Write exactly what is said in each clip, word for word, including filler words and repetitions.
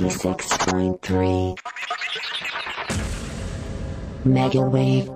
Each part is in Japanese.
ninety-six point three Mega Wave。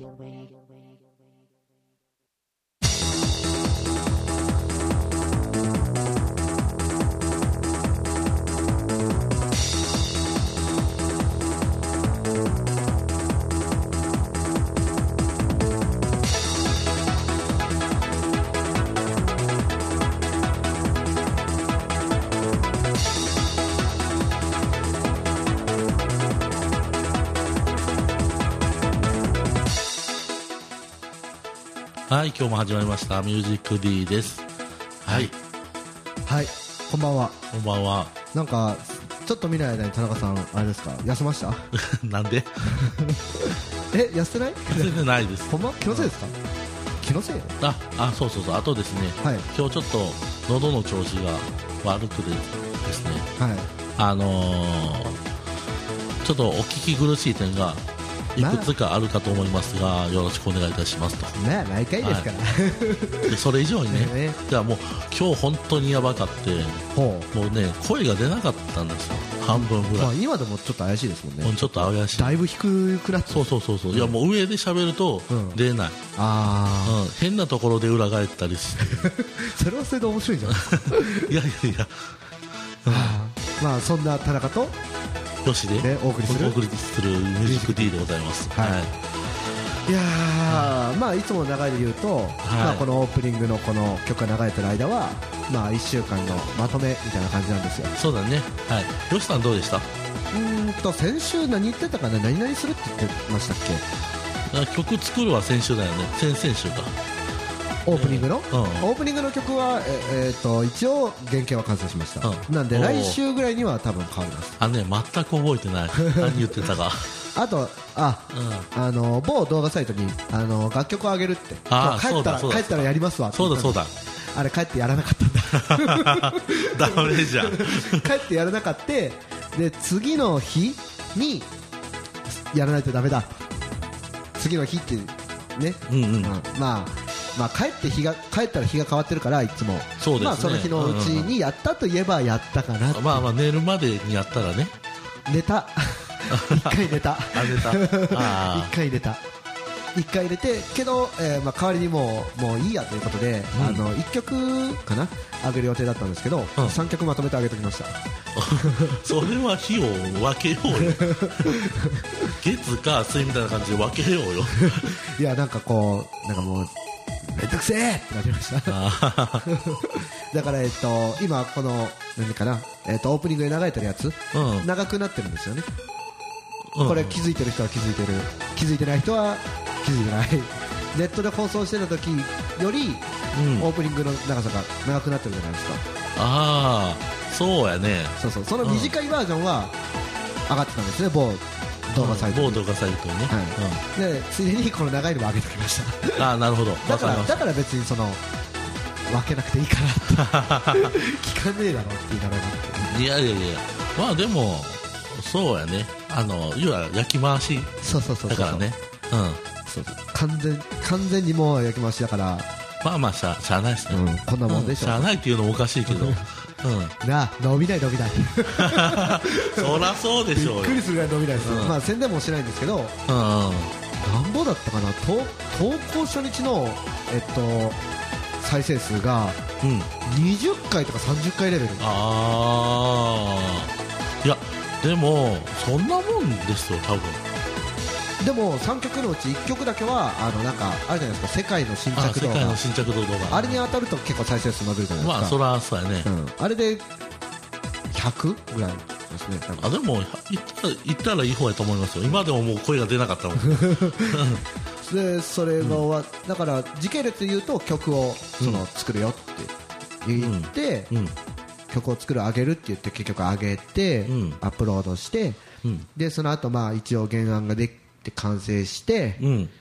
はい、今日も始まりましたミュージック D です。はい、 はい、こんばんは。 こんばんは。 なんかちょっと見ない間に田中さんあれですか、休ましたなんでえ、休んでない？ 全然ないです。 ほんま？気のせいですか？気のせい？ ああ、そうそうそう。あとですね、はい、今日ちょっと喉の調子が悪くてですね、はい、あのー、ちょっとお聞き苦しい点がいくつかあるかと思いますが、よろしくお願いいたしますと。 まあ毎回ですから、 はい、でそれ以上にね、じゃあもう今日本当にやばかって、もうね声が出なかったんですよ、半分ぐらい。まあ、 今でもちょっと怪しいですもんね。 ちょっと怪しい。 だいぶ低くなって。 そうそうそうそう、うん、いやもう上で喋ると出ない、うん、あ、うん、変なところで裏返ったりしてそれはそれで面白いじゃないですかいやいやいや、 うん、まあそんな田中とよしでお送りするお送りするミュージック D でございます。はい、はい、 いやー、まあいつもの流れで言うと、はい、まあこのオープニングのこの曲が流れてる間はまあいっしゅうかんのまとめみたいな感じなんですよ。 そうだね。はい。よしさんどうでした？ うーんと先週何言ってたかな、何々するって言ってましたっけ？曲作るは先週だよね。先々週か。 オープニングの、 うん、 オープニングの曲は、ええー、と一応原型は完成しました、うん、なんで来週ぐらいには多分変わります。 あ、ね、全く覚えてない何言ってたかあとあ、うん、あの某動画サイトにあの楽曲をあげるって、あ帰ったら帰ったらやりますわって。 そうだそうだ、 あれ帰ってやらなかったんだダメじゃん帰ってやらなかった。で次の日にやらないとダメだ。次の日ってね、うんうん、まあ、まあまあ、帰って日が帰ったら日が変わってるからいつもそうですね、まあ、その日のうちにやったといえばやったかなって、 まあまあ寝るまでにやったらね。 寝た一回寝たあ寝た一回寝た一回寝てけど、えーまあ、代わりにもう、もういいやということで、うん、あのいっきょくかなあげる予定だったんですけど、うん、さんきょくまとめてあげておきましたそれは日を分けようよ月か水みたいな感じで分けようよいやなんかこうなんかもうめんどくせえってなりましただから、えっと、今この何かな、えっと、オープニングで流れてるやつ、うん、長くなってるんですよね、うん、これ気づいてる人は気づいてる、気づいてない人は気づいてないネットで放送してた時より、うん、オープニングの長さが長くなってるじゃないですか。 ああそうやね。 そうそう、その短いバージョンは上がってたんですね、某動画サイトに、 うん、某動画サイトにね、 はい、うん、でついでにこの長いのも上げてきましたああなるほど。 だからだから別にその分けなくていいかなって聞かねえだろって言いながら、 いやいやいや、まあでもそうやね、あの要は焼き回しだからね、うん、そうそう完全完全にもう焼き回しだから、 まあまあしゃしゃあないですね、うん、 こんなもんでしょ、 うん、しゃあないっていうのもおかしいけどうん、 なあ伸びない伸びないそりゃそうでしょうよ、 びっくりするぐらい伸びないです、うん、まあ宣伝もしてないんですけど、うん、なんぼだったかな、投稿初日の、えっと、再生数がにじゅっかいとかさんじゅっかいレベル。 ああいやでもそんなもんですよ多分。 でもさんきょくのうちいっきょくだけはあのなんかあるじゃないですか、世界の新着動画、 世界の新着動画、 あれに当たると結構再生数伸びるじゃないですか。 まあそらそうやね、 うん、あれでひゃくぐらいですね。 あでも言ったらいい方やと思いますよ。今でももう声が出なかったもんでそれが終わ、うん、だから時系列で言うと曲をその作るよって言って、うんうん、曲を作るあげるって言って結局あげて、うん、アップロードして、うん、でその後まあ一応原案ができて完成して、うん、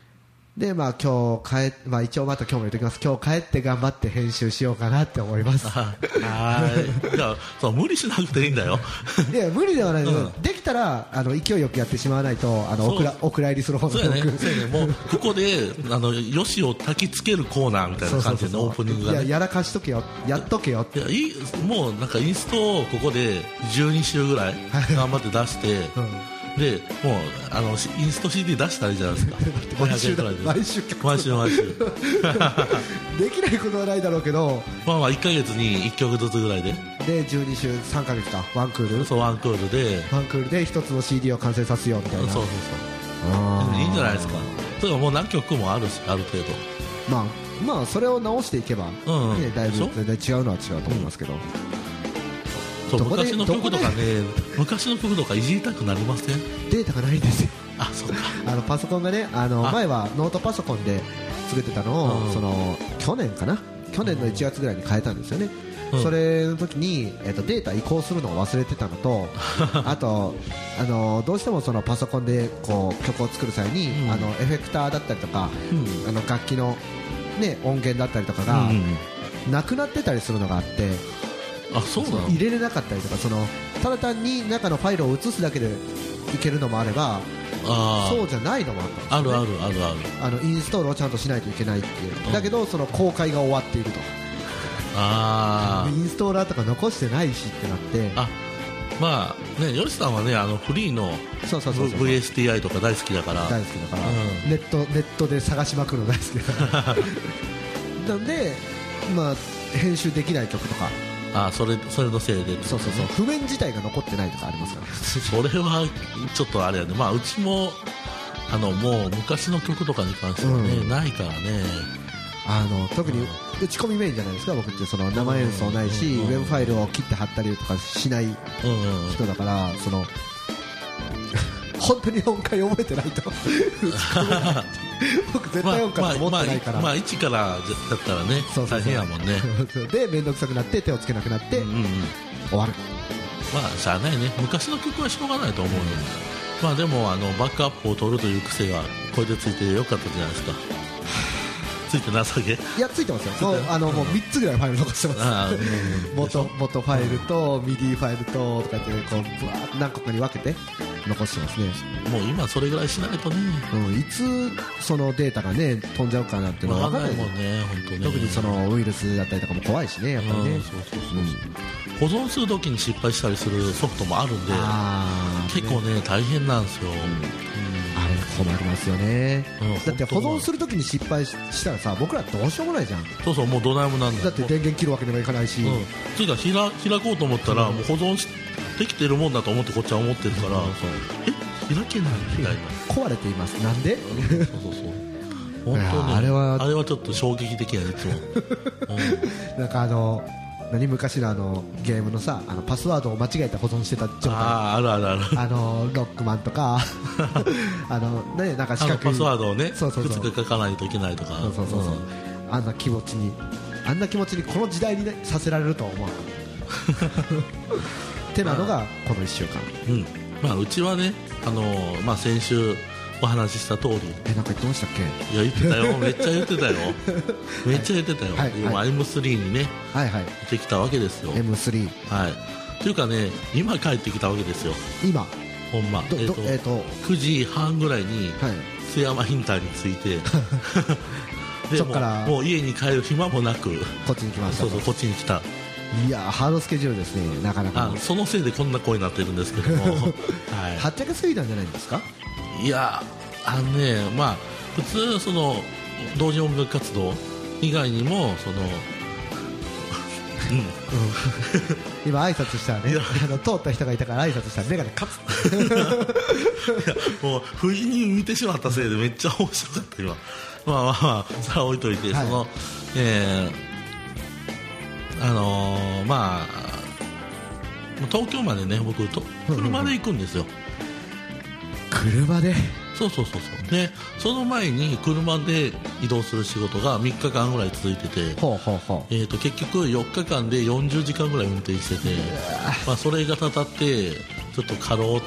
でまあ今日帰、まあ、一応また今日も言っておきます。今日帰って頑張って編集しようかなって思います。 はい。いやそう無理しなくていいんだよ。 いや無理ではないけど、 うん、 できたらあの勢いよくやってしまわないとあのお蔵お蔵入りする方のそうやね。そうやね。もうここであのよしを焚きつけるコーナーみたいな感じでオープニングが、ね、 いややらかしとけよやっとけよって。 いやいいもうなんかインストをここでじゅうに週ぐらい頑張って出して。うんでもうあのインスト シーディー 出したらいいじゃないですか。 毎週毎週毎週毎週できないことはないだろうけど、 まあまあいっかげつにいっきょくずつぐらいででじゅうに週さんかげつかワンクールそうワンクールでワンクールで一つの シーディー を完成させようみたいな。 そうそうそういいんじゃないですか。それはもう何曲もあるしある程度まあまあそれを直していけば、うんうんね、だいぶ全然違うのは違うと思いますけど、 そう昔の曲とかね昔の曲とかいじりたくなりません？ データがないんですよ。 あそうかあのパソコンがねあの前はノートパソコンで作ってたのを、うん、その去年かな去年のいちがつぐらいに変えたんですよね、うん、それの時に、えー、とデータ移行するのを忘れてたのとあとあのどうしてもそのパソコンでこう曲を作る際に、うん、あのエフェクターだったりとか、うん、あの楽器の、ね、音源だったりとかが、うん、なくなってたりするのがあってあそうなの入れれなかったりとかそのただ単に中のファイルを移すだけでいけるのもあればあそうじゃないのもあったんですよ、ね、 あるあるあるあるあのインストールをちゃんとしないといけないっていう、うん、だけどその公開が終わっているとあインストーラーとか残してないしってなってあまあね、ヨシさんはねあのフリーの ブイエスティーアイ とか大好きだから大好きだから、うん、ネットネットで探しまくるの大好きだからなんでまあ編集できない曲とかあそれそれのせいで、ね、 そうそうそう譜面自体が残ってないとかありますからそれはちょっとあれやね、まあ、うちもあのもう昔の曲とかに関しては、ねうん、ないからねあの特に打ち込みメインじゃないですか僕ってその生演奏ないし、うん、ウェブファイルを切って貼ったりとかしない人だから、うん、その本当に音階覚えてないと僕絶対音階持ってないから、 まあまあまあ、一からだったらねそうそうそう大変やもんねで面倒くさくなって手をつけなくなって、うんうんうん、終わるまあしゃあないね昔の曲はしょうがないと思うよ、うん、まあでもあのバックアップを取るという癖がこれでついてよかったじゃないですかついてなさげいやついてますよそうあのもうみっつぐらいファイル残してますあ、うん、元, 元ファイルとミディファイルととかってこうぶわー何個かに分けて残してますねもう今それぐらいしないとね、 うん、いつそのデータがね飛んじゃうかなっていうのは分からないもんね本当ね特にそのウイルスだったりとかも怖いしねやっぱりね、うん、そうそうそう、 うん、保存するときに失敗したりするソフトもあるんで結構ね大変なんですよ、うんあれ困りますよね、うん、だって保存するときに失敗したらさ僕らどうしようもないじゃんそうそうもうどないもなんだだって電源切るわけにもいかないし、うん、 つうか開こうと思ったら、うん、もう保存できてるもんだと思ってこっちは思ってるから、うん、え開けないみたいな壊れていますなんで、 うん、そうそうそう本当ねあれはあれはちょっと衝撃的やねいつも、 うん、なんかあの何昔のあのゲームのさあのパスワードを間違えて保存してた状態ああるあるあるあのロックマンとかあのねなんか四角いパスワードをねそうそうそうくっつけ書かないといけないとかそうそうそうそう、うん、あんな気持ちにあんな気持ちにこの時代に、ね、させられるとは思わなかったってなのがこのいっしゅうかん、 うんまあ、うちはね、あのーまあ、先週お話しした通りえなんか言ってましたっけいや言ってたよめっちゃ言ってたよめっちゃ言ってたよ、はい今はい、エムスリー にね、はいはい、出てきたわけですよエムスリーはいというかね今帰ってきたわけですよ今ほんまえーとえーとくじはんぐらいに津山インターに着いてでそっからもう家に帰る暇もなくこっちに来ましたそうそうこっちに来たいやハードスケジュールですねなかなかあそのせいでこんな声になってるんですけども、はい、 はっちゃけすぎたんじゃないんですかいやあのねまあ普通その同時音楽活動以外にもそのうん、うん、 今挨拶したらねあの通った人がいたから挨拶したら目がねカツもう不意に見てしまったせいでめっちゃ面白かった今まあまあまあさあ置いといて、はい、そのえー、あのー、まあ東京までね僕と車で行くんですよ車でそうそうそうそうでその前に車で移動する仕事がみっかかんぐらい続いててほうほうほう、 えー、と結局よっかかんでよんじゅうじかんぐらい運転してて、まあ、それがたたってちょっと過労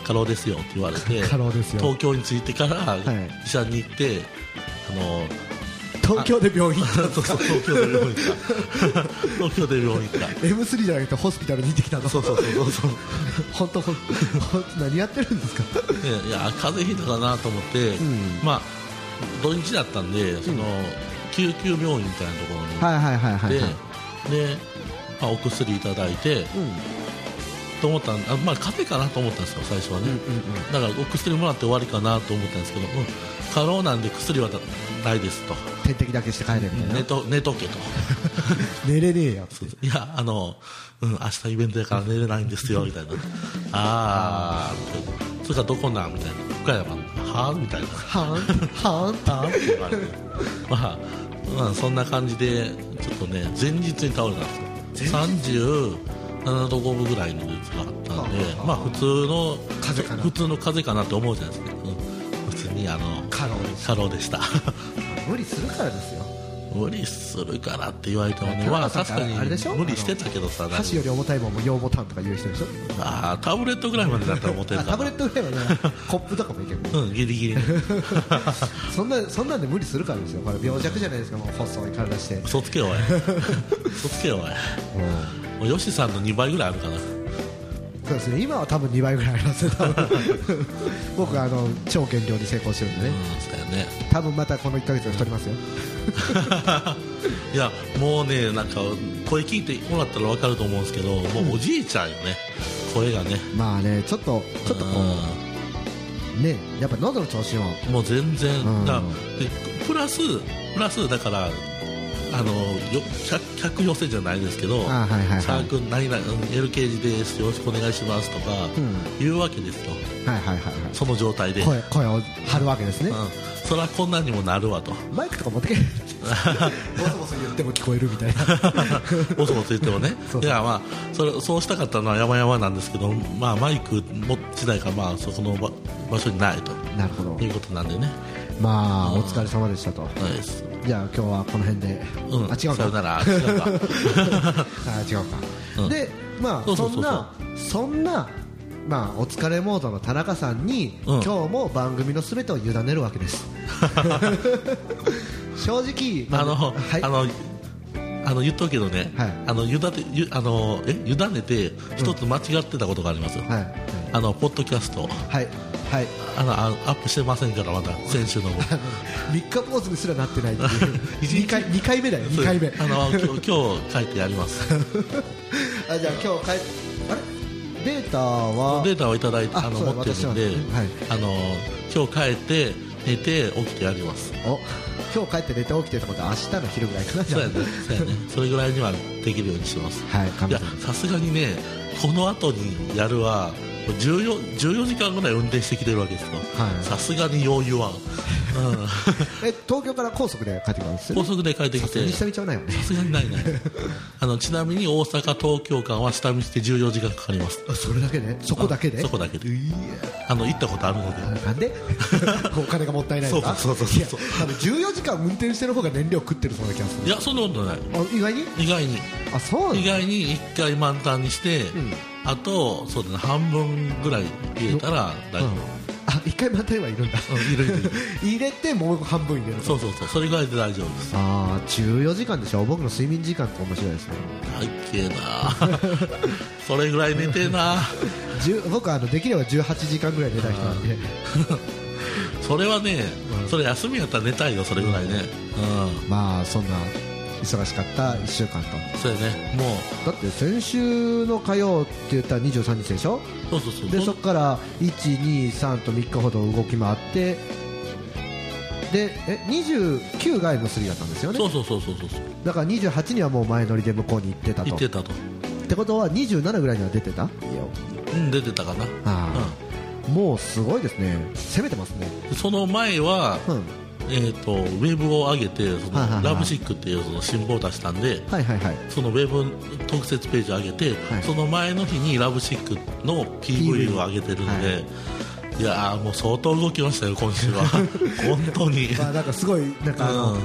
過労ですよって言われて過労ですよ東京に着いてから医者に行って、はい、あの東京で病院行ったんですかそうそう東京で病院行った東京で病院行ったエムスリー じゃなくてホスピタルに行ってきたのそうそうそうそう本当本当何やってるんですかいや風邪ひいたかなと思って、うん、まあ土日だったんでその、うん、救急病院みたいなところに行ってで、まあ、お薬いただいて、うん、と思ったんあ、まあ、風邪かなと思ったんですよ最初はね、うんうんうん、だからお薬もらって終わりかなと思ったんですけど、うん、過労なんで薬はないですと点滴だけして帰れみたいな寝と、寝とけと寝れねえよいやあの、うん、明日イベントやから寝れないんですよみたいなああそれからどこなんみたいな岡山はぁみたいなはぁはぁはぁって言われてまあ、まあそんな感じでちょっとね前日に倒れたんですよさんじゅうななどごぶぐらいの熱があったんでまあ普通の風邪かな普通の風邪かなって思うじゃないですか、うん、普通にあの過労でした過労でした無理するからですよ無理するからって言われてもねまあ確かに無理してたけどさ箸より重たいもんも用ボタンとか言う人でしょあタブレットぐらいまでだったら持てるからタブレットぐらいまでコップとかもいけるうんギリギリそんなそんなんで無理するからですよこれ病弱じゃないですかもう細い体して嘘つけよおい嘘つけよおい、うん、もうヨシさんのにばいぐらいあるかなそうですね今は多分にばいぐらいありますよ僕はあの超減量に成功してるんでね、 うん、そうやね多分またこのいっかげつで太りますよいやもうねなんか声聞いてもらったら分かると思うんですけどもうおじいちゃんよね声がねまあねちょっとちょっとこうねやっぱ喉の調子はもう全然だでプラスプラスだからあのよ 客, 客寄せじゃないですけど、サークル何々 エルケージ ですよろしくお願いしますとか、うん、言うわけですよ、 はいはいはいはい、 その状態で声, 声を張るわけですね、うん、 それはこんなにもなるわとマイクとか持ってけボソボソ言っても聞こえるみたいなボソボソ言ってもねそうそういや、まあ、それそうしたかったのは山々なんですけど、まあ、マイク持ちないから、まあ、そこの 場, 場所にないとなるほどいうことなんでねまあ、うん、お疲れ様でしたと、はい、じゃあ今日はこの辺で、うん、あ違うかさよなら違うかあ違うか、うん、でまあそんなそんなまあお疲れモードの田中さんに、うん、今日も番組のすべてを委ねるわけです正直、 まあ、あの、はい、あのあの言っとくけどね、はい、あのゆだてゆあのえ委ねて一つ間違ってたことがありますよ、うんはいはい、あのポッドキャストはいはい、 あのアップしてませんからまだ先週のみっかポーズにすらなってないっていうにかいにかいめだよにかいめあの今日今日帰ってやりますあじゃあ今日帰ってあれデータはデータをいただいてあの持ってるんで、ねはい、あの今日帰って寝て起きてやりますお今日帰って寝て起きてってことは明日の昼ぐらいかなそうやねそうやねそれぐらいにはできるようにしてますはいいやさすがにねこの後にやるはじゅうよじかんぐらい運転してきてるわけですよさすがに余裕は、うん、 え東京から高速で帰ってくるんですよ、ね、 高速で帰ってきて下道はないよねさすがにないねあのちなみに大阪東京間は下道でじゅうよじかんかかりますあそれだけでそこだけでそこだけであの行ったことあるのでなんでお金がもったいないのかそうそうそうそう多分じゅうよじかん運転してる方が燃料食ってるそうな気がするいやそんなことないあ意外に意外にあそうなの意外にいっかい満タンにして、うんあとそうだ、ね、半分ぐらい入れたら大丈夫、うん、 あ一回満タンはいるんだ、 うん、入れる入れてもう半分入れるそうそうそうそれぐらいで大丈夫ですああじゅうよじかんでしょ僕の睡眠時間って面白いですねはいけえなそれぐらい寝てえな僕はあのできればじゅうはちじかんぐらい寝た人なんでそれはね、うん、それ休みやったら寝たいよそれぐらいね、 うんうん、まあそんな忙しかったいっしゅうかんとそうやねもうだって先週の火曜って言ったらにじゅうさんにちでしょそうそうそうでそこからいち、に、さんとみっかほど動き回ってでえにじゅうきゅうが エムスリー だったんですよねそうそうそうそうそうだからにじゅうはちにはもう前乗りで向こうに行ってたと行ってたとってことはにじゅうななぐらいには出てたうん出てたかなあ、うん、もうすごいですね攻めてますねその前は、うんえー、とウェブを上げてその、はいはいはい、ラブシックっていうその新報を出したんで、はいはいはい、そのウェブ特設ページを上げて、はい、その前の日にラブシックの ピーブイ を上げてるので、はい、いやーもう相当動きましたよ今週は本当にまあなんかすごいなんかあの、うん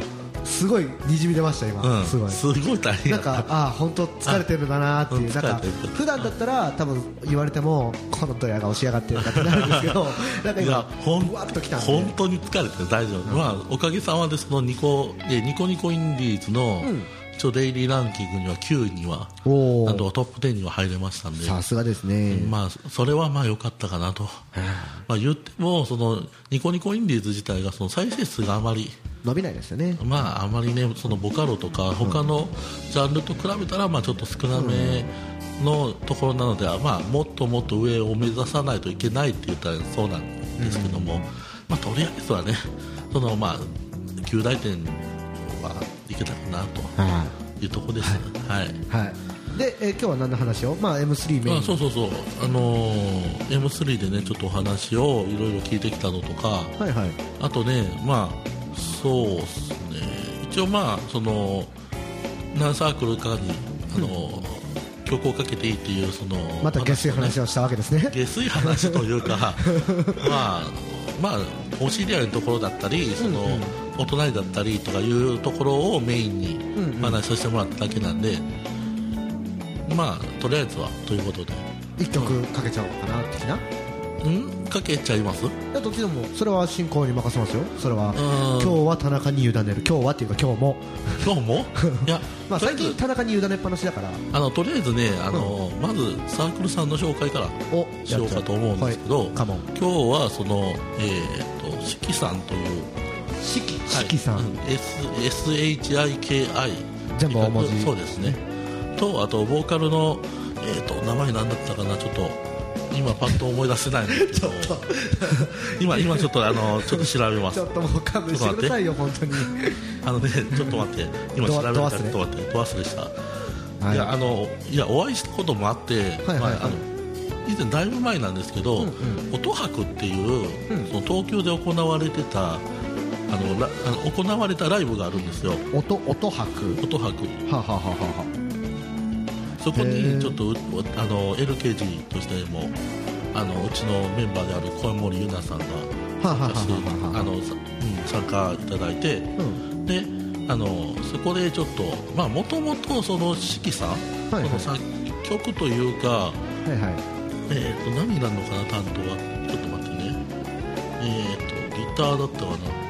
すごいにじみ出ました今、 うん、すごいすごい大変なんかあ本当疲れてるんだなっていう、なんか普段だったら多分言われてもこのドヤ顔しやがってるかってなるんですけどなんか今ふわっときたんで本当に疲れてる大丈夫、うん、まあおかげさまでそのニコニコニコインディーズの、うん、一応デイリーランキングにはきゅういにはあとトップじゅうには入れましたんで、 さすがですね、 まあ、それはまあ良かったかなとまあ言ってもそのニコニコインディーズ自体がその再生数があまり伸びないですよね。 まああまりねそのボカロとか他のジャンルと比べたらまあちょっと少なめのところなので、まあもっともっと上を目指さないといけないって言ったらそうなんですけども、まあとりあえずはねそのまあきゅう大点はいけたかなというところです。はい。 はい。で、えー、今日は何の話を、まあ、エムスリー メイン、 あそうそうそう、あのー、エムスリー でねちょっとお話をいろいろ聞いてきたのとか、 はいはい、 あとねまあそうですね一応まあその何サークルかにあのー、うん曲をかけていいっていうそのまた下水話をしたわけですね。 下水話というかまあまあお知り合いのところだったりその、うんうん、お隣だったりとかいうところをメインに話させてもらっただけなんで、うんうん、まあとりあえずはということで一曲かけちゃおうかな的な、 うんかけちゃいます。いやどっちでもそれは進行に任せますよ。それは今日は田中に委ねる、今日はっていうか今日も今日もいやまあ最近田中に委ねっぱなしだからあのとりあえずねあの、うん、まずサークルさんの紹介からしようかと思うんですけど、はい、今日はそのえっ、ー、とシキさんというシキ、はい、シキさん、うん、 エスエイチアイケーアイ全部大文字そうですね、とあとボーカルのえっ、ー、と名前何だったかなちょっと今パッと思い出せないんですけど今今ちょっとあのちょっと調べます。 ちょっともう勘弁してくださいよ本当にあのねちょっと待って今調べたらちょっと待ってド忘れした、はい、いやあのいやお会いしたこともあって、はいはいはい、まあ、あの以前だいぶ前なんですけど、うんうん、音博っていう、うん、その東京で行われてたあのらあの行われたライブがあるんですよ。 音音博音博はははははそこにちょっとあの エルケージー としてもあのうちのメンバーである小森優奈さんがあの、うん、参加いただいて、うん、であのそこでちょっともともとその四季さん、はいはい、その作曲というか、はいはい、えー、と何になるのかな担当はちょっと待ってねえー、とギターだったかな、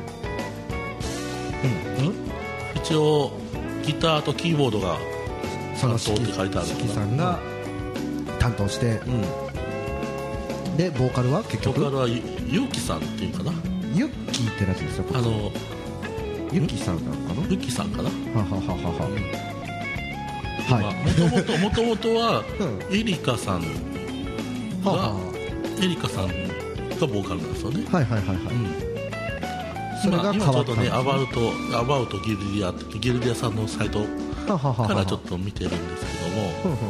うんうん、一応ギターとキーボードがその四季さんが担当して、うん、でボーカルは結局ボーカルはゆうきさんっていうかな、 ゆっきーってやつですよ。 あのゆきさんなのかな、 ゆきさんかなははははは、はい、もともともともとはエリカさんが、ははエリカさんがボーカルなんですよね。 はいはいはいはい、うん、 それが今ちょっとねアバウトアバウトギルディアギルディアさんのサイトからちょっと見てるんですけども、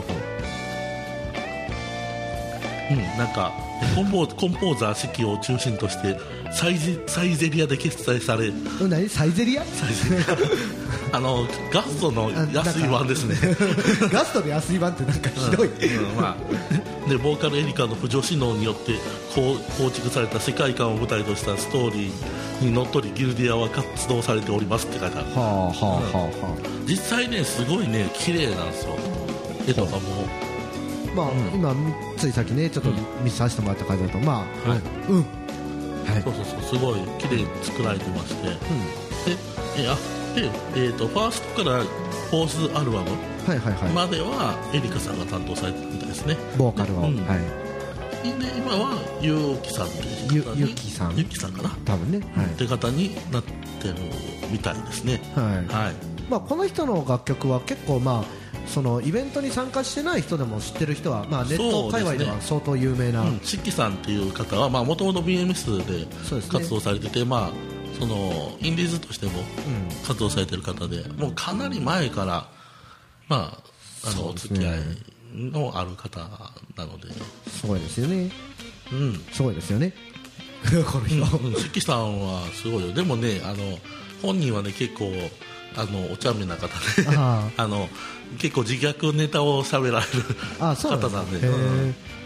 うん、なんかコンポーコンポーザー四季を中心としてサイゼ、サイゼリアで決済され、 何サイゼリアサイゼリアあのガストの安い版ですねガストで安い版ってなんかひどい、 うんうんまあ、でボーカルエリカの不女子能によって構築された世界観を舞台としたストーリーにのっとりギルディアは活動されておりますって書いてある。はあはあはあはあ、実際ねすごいね綺麗なんですよ絵とかも。 まあ、うん、今ついさっきねちょっと見させてもらった感じだと、まあ、はい、うん、 はい、そうそうそうすごい綺麗に作られてまして、うん、でえあでえーとファーストからフォースアルバムまではエリカさんが担当されてるみたいですね、 ボーカルを、うん、はい、 で今はゆうきさんという方にゆきさんゆきさんかな多分ね、はい、 って方になってるみたいですね。 はい、はい、まあ、この人の楽曲は結構まあそのイベントに参加してない人でも知ってる人は、まあ、ネット界隈では相当有名な、ね、うん、シッキさんっていう方はもともと ビーエムエス で活動されてて、ね、まあ、そのインディーズとしても活動されてる方で、うん、もうかなり前から、まあ、あのお付き合いのある方なので、 すごいですよね、 うん、 すごいですよねこの人、 うん、シッキさんはすごいよ。でもねあの本人はね結構あのお茶目な方でああの結構自虐ネタを喋られる方なんで、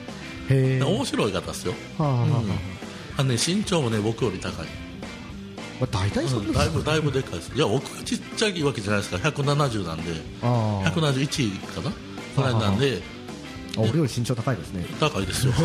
へー、面白い方ですよ。はあはあはあ、うん、あのね、身長もね僕より高い。 まあ、大体そんな、 うん、だいぶだいぶでかいです。いや僕がちっちゃいわけじゃないですからひゃくななじゅうなんでひゃくななじゅういちかなぐらいなんで、 あ、俺より身長高いですね。 高いですよ。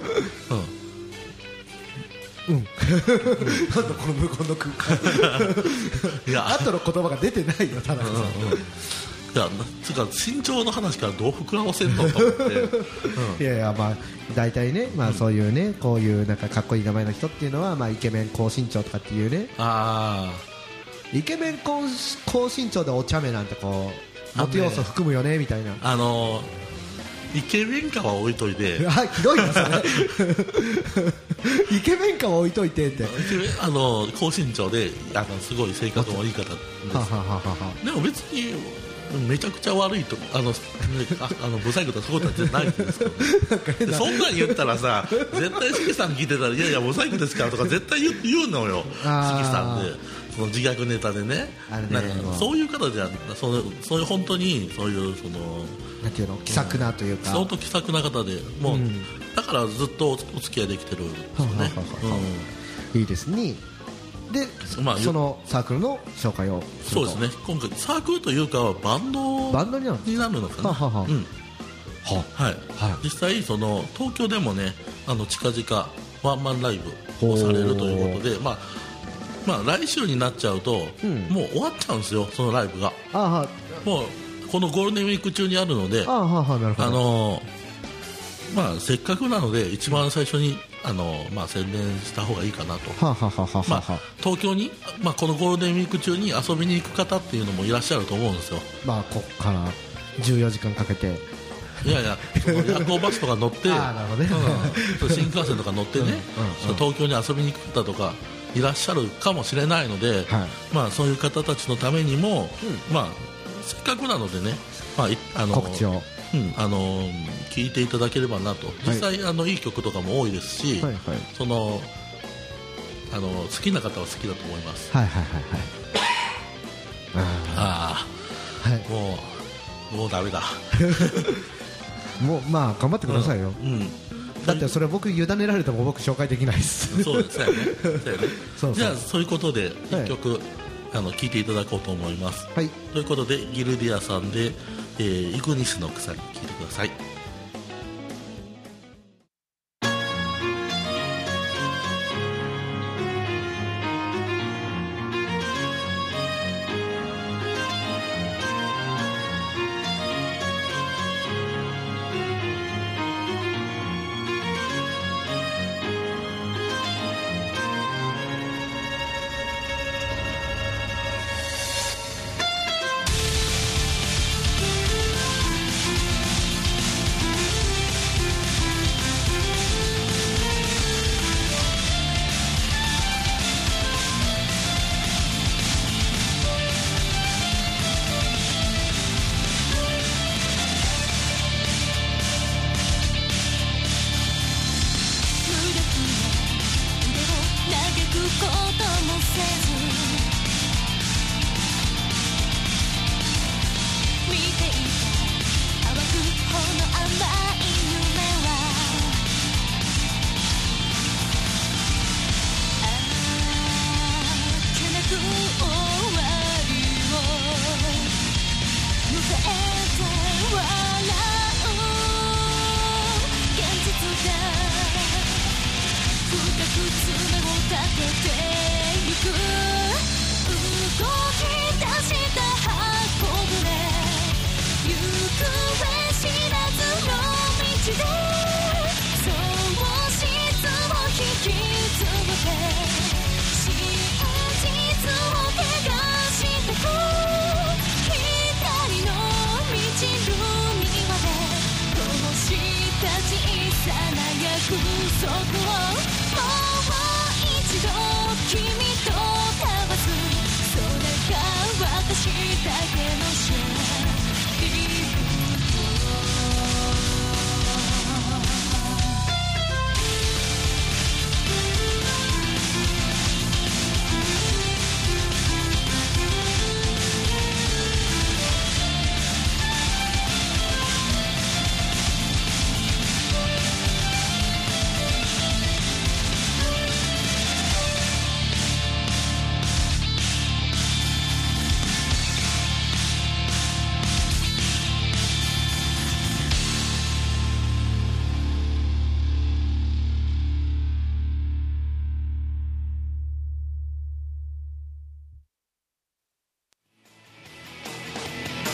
うんうん、なんだこの無言の空間。いや後の言葉が出てないよ、田中さん。うんうん、いやつか身長の話からどう膨らませんのと思って、 うん、いやいや、まあ大体ね、まあ、そういうね、こういうなんかかっこいい名前の人っていうのは、まあ、イケメン高身長とかっていうね、 あイケメン高高身長でお茶目なんてこうモテ要素含むよねみたいな。 あのイケメンかは置いといて、 はい、ひどいなそれ。イケメンかは置いといてって、イケメン、あの高身長であのすごい性格もいい方です。ははははでも別にめちゃくちゃ悪いとあのああのブサイクとかそういうことはないんですけど、ね、そんなん言ったらさ絶対しきさん聞いてたらいやいやブサイクですからとか絶対言う言うのよ、しきさんでその自虐ネタで ね, ねなんかそういう方じゃそのそういう本当にそういうそのなんていうの気さくなというか、 相当気さくな方でもう、うん、だからずっとお付き合いできてるんですよね。 いいですね。で、まあ、そのサークルの紹介をすると。 そうですね、今回サークルというかバンドバンドになるのかな。ははは、うん、は、はい、はい、実際その東京でもねあの近々ワンマンライブをされるということで、まあまあ、来週になっちゃうと、うん、もう終わっちゃうんですよ、そのライブが。あはもうこのゴールデンウィーク中にあるので、あははなるほど、あのまあ、せっかくなので一番最初にあの、まあ、宣伝した方がいいかなと。はははは、まあ、東京に、まあ、このゴールデンウィーク中に遊びに行く方っていうのもいらっしゃると思うんですよ。 まあ、ここからじゅうよじかんかけていやいやその夜行バスとか乗ってあなるほど、ね、うん、新幹線とか乗ってね、うんうんうん、東京に遊びに行く方とかいらっしゃるかもしれないので、はい、まあ、そういう方たちのためにも、うん、まあ、せっかくなのでね、まあ、あの告知を、 うん、あの聞いていただければなと。実際、はい、あのいい曲とかも多いですし、はいはい、そのあの好きな方は好きだと思います。はいはいはいはい。ああ、はい、もうもうダメだ。 もうまあ頑張ってくださいよ。うん、うんだってそれ僕委ねられても僕紹介できないです。 そうですよね。そうねそうそうじゃあそういうことでいっきょく、はい、あの聴いていただこうと思います、はい、ということでギルディアさんで、えー、イグニスの鎖聴いてください。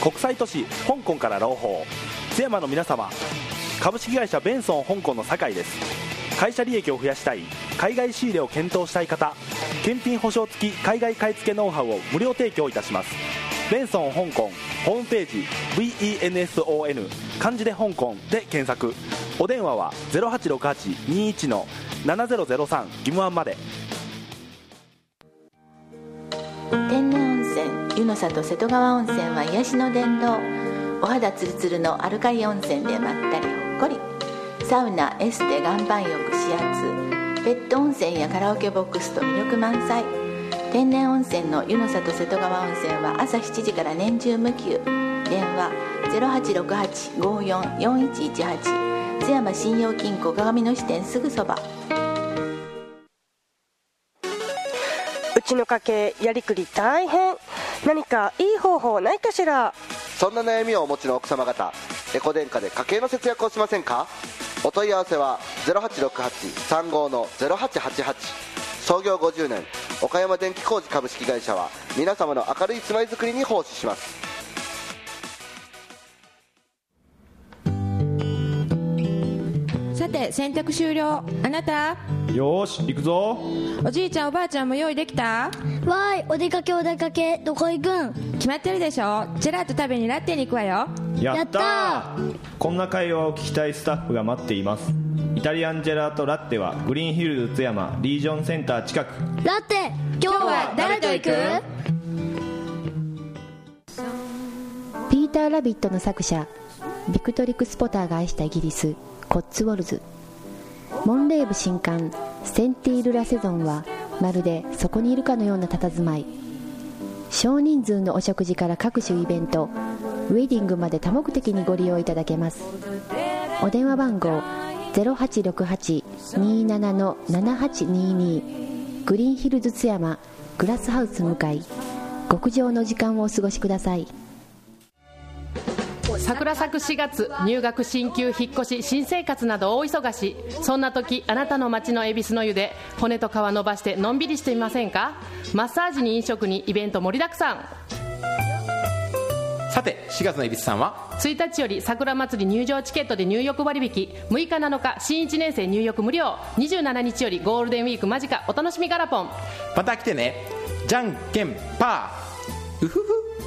国際都市香港から朗報。津山の皆様、株式会社ベンソン香港の酒井です。会社利益を増やしたい、海外仕入れを検討したい方、検品保証付き海外買い付けノウハウを無料提供いたします。ベンソン香港ホームページ ブイイーエヌエスオーエヌ 漢字で香港で検索。お電話は ゼロはちろくはちにいちのななゼロゼロさん 義務案まで。 天然温泉湯の里瀬戸川温泉は癒しの殿堂。お肌ツルツルのアルカリ温泉でまったりほっこり。サウナ、エステ、岩盤浴、指圧、ペット温泉やカラオケボックスと魅力満載。天然温泉の湯の里瀬戸川温泉は朝しちじから年中無休。電話 ゼロはちろくはちごよんよんいちいちはち。津山信用金庫鏡の支店すぐそば。 うちの家計やりくり大変。何かいい方法ないかしら。 そんな悩みをお持ちの奥様方、エコ電化で家計の節約をしませんか。お問い合わせは ゼロはちろくはちさんごのゼロはちはちはち。創業ごじゅうねん、岡山電気工事株式会社は皆様の明るい住まいづくりに奉仕します。 さて洗濯終了。あなたよーし行くぞ。 おじいちゃんおばあちゃんも用意できた？ わーい、お出かけお出かけ。どこ行くん？ 決まってるでしょ。ジェラート食べにラッテに行くわよ。 やったー。こんな会話を聞きたいスタッフが待っています。イタリアンジェラートラッテはグリーンヒルズ津山リージョンセンター近く。 ラッテ、今日は誰と行く？ ピーター・ラビットの作者ビクトリック・スポターが愛したイギリスコッツウォルズ。モンレーブ新刊センティール・ラセゾンはまるでそこにいるかのような佇まい。少人数のお食事から各種イベント、ウェディングまで多目的にご利用いただけます。お電話番号 ゼロはちろくはちにーななのななはちにーにー グリーンヒルズ津山グラスハウス向かい。極上の時間をお過ごしください。 桜咲くしがつ、入学、進級、引っ越し、新生活など大忙し。そんな時、あなたの町の恵比寿の湯で骨と皮伸ばしてのんびりしてみませんか。マッサージに飲食にイベント盛りだくさん。 さてしがつの恵比寿さんはついたちより桜祭り入場チケットで入浴割引、むいかなのか新いちねん生入浴無料、にじゅうしちにちよりゴールデンウィーク間近、お楽しみガラポン。 また来てね。じゃんけんパー。うふふ。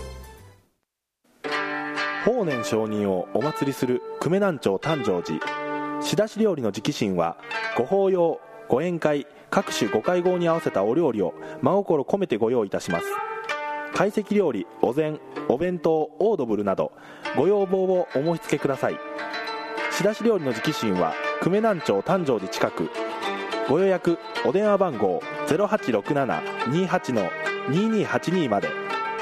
法然上人をお祭りする久米南町誕生寺。仕出し料理の直進はご法要、ご宴会、各種ご会合に合わせたお料理を真心込めてご用意いたします。懐石料理、お膳、お弁当、オードブルなどご要望をお申し付けください。仕出し料理の直進は久米南町誕生寺近く。ご予約お電話番号 ゼロはちろくななにーはちのにーにーはちにー まで。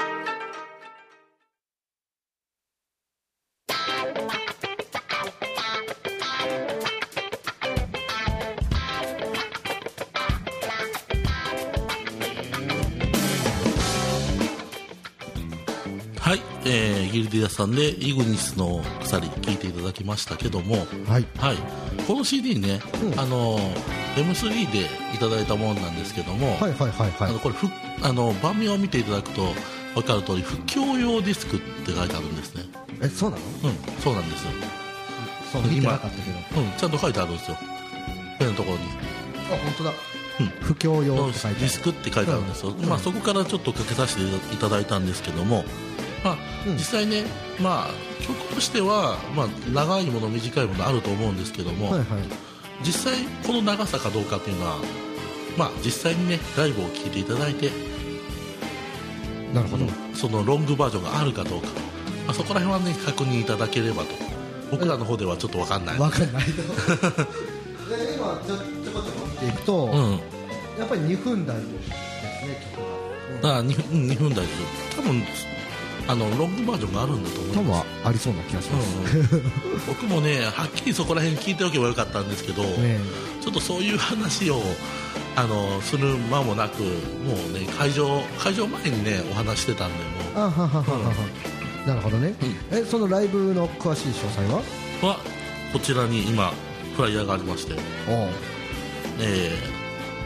はい、えー、ギルディアさんでイグニスの鎖聴いていただきましたけども、 はい、 はい、この シーディー ね、うん、あの エムスリー でいただいたものなんですけども、 はいはいはいはい、 あのこれふあの盤面を見ていただくと分かる通り不況用ディスクって書いてあるんですね。 え、そうなの？ うん、そうなんですよ。 そう見てなかったけど、 うん、ちゃんと書いてあるんですよ、ペンのところに。 あ、本当だ。うん、不況用って書いてある、 ディスクって書いてあるんですよ、うん、まあ、そこからちょっとかけさせていただいたんですけども、まあ、うん、実際ね、まあ、曲としては、まあ、長いもの短いものあると思うんですけども、はいはい、実際この長さかどうかっていうのは、まあ、実際にねライブを聴いていただいて、 なるほど、 うん、そのロングバージョンがあるかどうか、まあ、そこら辺はね確認いただければと。僕らの方ではちょっと分かんない分かんないで今ちょちょこちょこ見ていくと、うん、やっぱりにふん台ですね、曲が、うん、 ああ 2, 2分台ですよ。多分あのロングバージョンがあるんだと思います。 多分ありそうな気がします、 うん、僕もねはっきりそこら辺聞いておけばよかったんですけど、ね、ちょっとそういう話をあのする間もなく、もうね会場会場前にねお話してたんで、もうあはははは、うん、なるほどね、うん、えそのライブの詳しい詳細ははこちらに今フライヤーがありまして、おえー、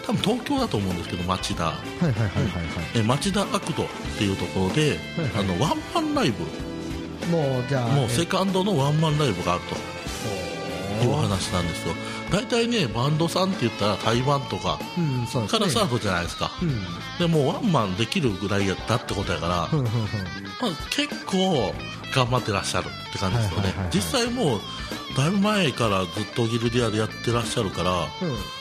多分東京だと思うんですけど、町田、 はいはいはいはい、はい、 え町田アクトっていうところで、はいはい、あのワンマンライブ、 もうじゃあもうセカンドのワンマンライブがあるという話なんですよ。大体ねバンドさんって言ったら台湾とかからスタートじゃないですか、うん、でもうワンマンできるぐらいやったってことやから、うんまあ、結構頑張ってらっしゃるって感じですよね。実際もうだいぶ前からずっとギルディアでやってらっしゃるから、うん、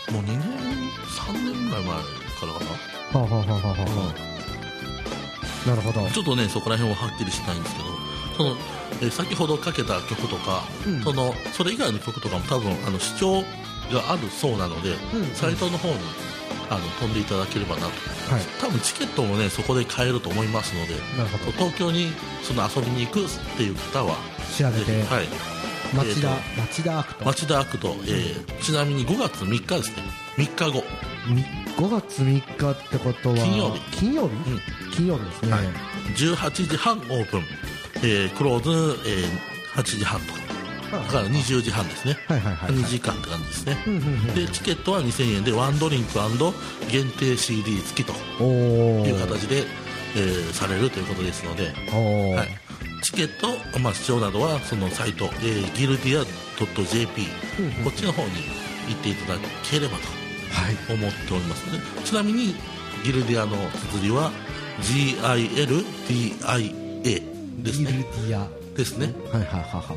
もうにねんさんねんぐらい前からかな。はあはあはあはあ、なるほど。 ちょっとねそこら辺ははっきりしないんですけど、そのえ先ほどかけた曲とか、うん、そのそれ以外の曲とかも多分あの視聴があるそうなので、うん、サイトの方にあの飛んでいただければなと、はい、多分チケットもねそこで買えると思いますので、 なるほど、 東京にその遊びに行くっていう方は調べて、 はい、 町田、 えー、町田アクト町田アクト、えー、ちなみにごがつみっかですね、みっかごごがつみっかってことは金曜日金曜日、うん、金曜日ですね、はい、 じゅうはちじはんオープン、えー、クローズ、えー、はちじはんとかだからにじゅうじはんですね、はいはいはいはい、にじかんって感じですね、うんうんうん、でチケットはにせんえんでワンドリンク&限定 シーディー 付きという形で、えー、されるということですので、はい、チケット、まあ、視聴などはそのサイト、えー、ギルディア .jp、うんうん、こっちの方に行っていただければと思っております、はい、ちなみにギルディアの綴りは ジーアイエルディーアイエー ですね。 ギルディアですね。 はいはいはいはい、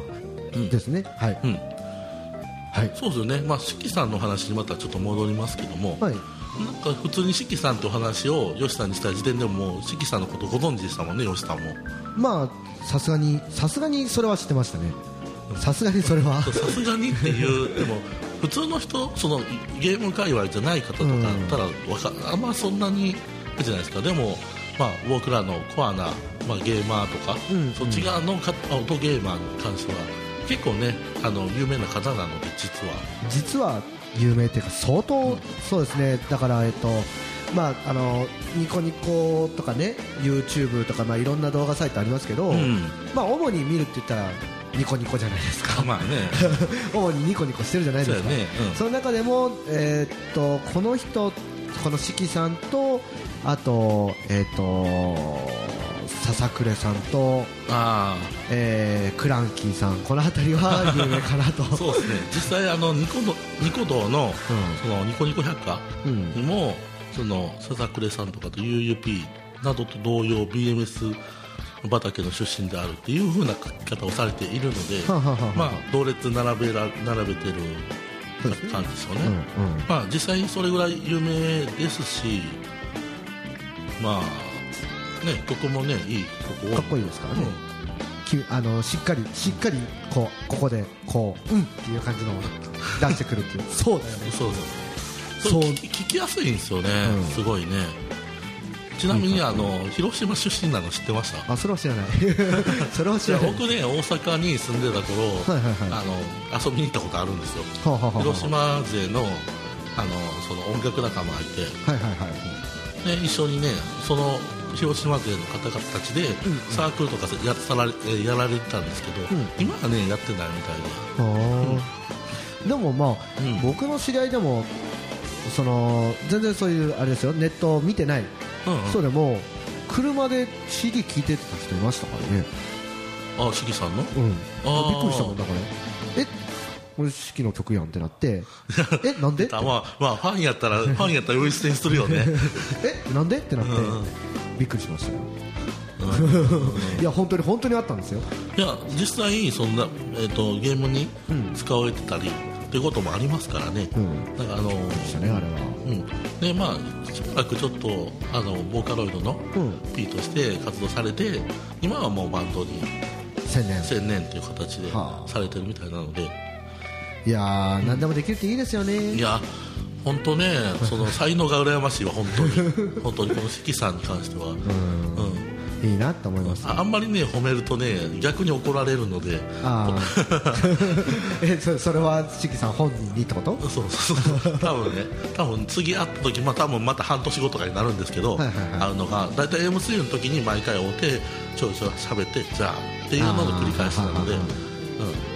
うん、ですね。はい、 うん、はい、そうですよね。まあ四季さんの話にまたちょっと戻りますけども、はい、なんか普通に四季さんってお話を吉さんにした時点でももう四季さんのことご存知でしたもんね、吉さんも。 まあさすがにさすがにそれは知ってましたね。さすがにそれはさすがにっていうでも普通の人、そのゲーム界隈じゃない方とかだったらわか、うん、あんまそんなにじゃないですか。でもまあ、僕らのコアな、まあ、ゲーマーとか、うんうん、そっち側のか音ゲーマーに関しては結構ねあの有名な方なので、実は実は有名っていうか相当、うん、そうですね。だからえっとまああのニコニコとかね YouTube とか、まあ、いろんな動画サイトありますけど、うん、まあ主に見るって言ったらニコニコじゃないですか。 まあね主にニコニコしてるじゃないですか。 そ,、ねうん、その中でも、えー、っとこの人この四季さんとあと、えー、と笹倉さんとあ、えー、クランキーさん、この辺りは有名かなとそうですね。実際あのニコのニコ動の、うん、そのニコニコ百科にも、うん、その笹倉さんとかと ユーユーピー などと同様 ビーエムエス 畑の出身であるっていう風な書き方をされているので、ははははまあ、同列並べら並べてる感じですよね。うんうん、まあ、実際にそれぐらい有名ですし、まあね、曲もねいい曲かっこいいですからね、うん、あのしっかりしっかりこうここでこううんっていう感じのを出してくるっていうそうだよね。 そうそうそう、聞きやすいんですよね、うん、すごいね。ちなみにあの広島出身なの知ってました？ あ、それは知らないそれは知らない。 僕ね大阪に住んでた頃、はいはいはい、あの遊びに行ったことあるんですよ。はははは広島勢のあのその音楽仲間がいて、はいはいはい、で一緒にねその広島勢の方々たちでサークルとかやさらやられてたんですけど、うん、今はねやってないみたいで、 うん、でもまあ、うん、僕の知り合いでもその全然そういうあれですよ、ネットを見てない、うんうん、そうでも車で シーディー 聴いてた人いましたからね。 あ、四季さんの、 うん、あびっくりしたもんだから、えこれ四季の曲やんってなってえなんでまあ、まあファンやったらファンやったら呼び捨てにするよねえなんでってなって、うん、びっくりしましたよいや本当に本当にあったんですよ。 いや実際そんな、えー、とゲームに使われてたり、うんっていうこともありますからね、うん、だからあのーね、あれは、うん、でまあしばらくちょっとあのボーカロイドの P として活動されて、うん、今はもうバンドに専念専念という形でされてるみたいなので、はあ、いやー、うん、何でもできるっていいですよね。 いや本当ね、その才能が羨ましいわ本当に本当にこの四季さんに関しては、うん、うんいいなと思います、ね、 あんまりね褒めるとね逆に怒られるので、あえ そ, それは四季さん本人にってこと？ そうそうそう多分ね多分次会った時、まあ、多分また半年後とかになるんですけど、はいはいはい、会うのがだいたい エムスリー の時に毎回会うてちょいちょい喋ってじゃあっていうのの繰り返しなので、うん、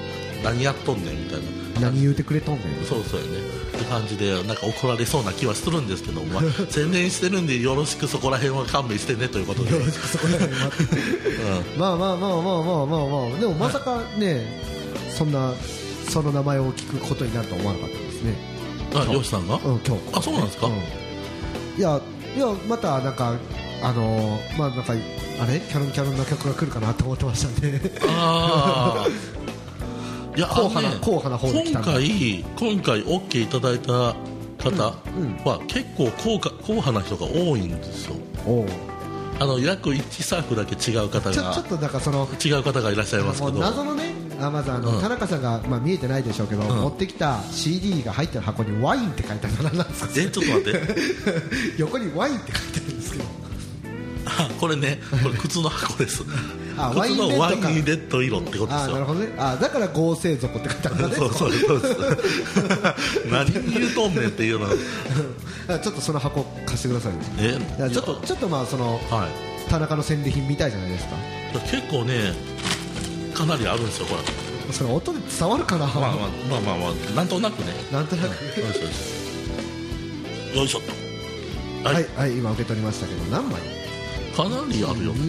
何やっとんねんみたいな、何言うてくれとんねん、 そうそうよねって感じでなんか怒られそうな気はするんですけど、まあ、宣伝してるんでよろしくそこら辺は勘弁してねということでよろしくそこら辺は、 うん、まあまあまあまあまあまあまあでもまさかね、はい、そんなその名前を聞くことになるとは思わなかったですね。 あ、漁師さんが、うん、 今日あ、そうなんですか、うん、 いやいやまたなんかあのー、まあなんかあれキャノンキャノンの曲が来るかなと思ってましたんであいや硬派な、ね、硬派な方で来たんだ。 今回今回 OK いただいた方は結構硬硬派な人が多いんですよ。おあの約いちサークだけ違う方がちょ、ちょっとなんかその違う方がいらっしゃいますけど、 謎のね、あまずあの、うん、田中さんが、まあ、見えてないでしょうけど、うん、持ってきた シーディー が入ってる箱にワインって書いてあるのなんですか。 え、ちょっと待って横にワインって書いてあるんですけどあ、これね、これ靴の箱ですあ、靴のワインレッド色ってことですよ。 あ、なるほどね。あ、だから合成底って書いてあるんだねそうそうそうです何に言うとんねんっていうのちょっとその箱貸してくださいね。え、ちょっとちょっとまあその、はい、田中の戦利品みたいじゃないですか。 結構ねかなりあるんですよ。これそれ音で伝わるかな。 まあまあまあまあ、まあ、なんとなくね、 なんとなくよいしょっと、はい、はい、はい、今受け取りましたけど何枚かなりあるよ。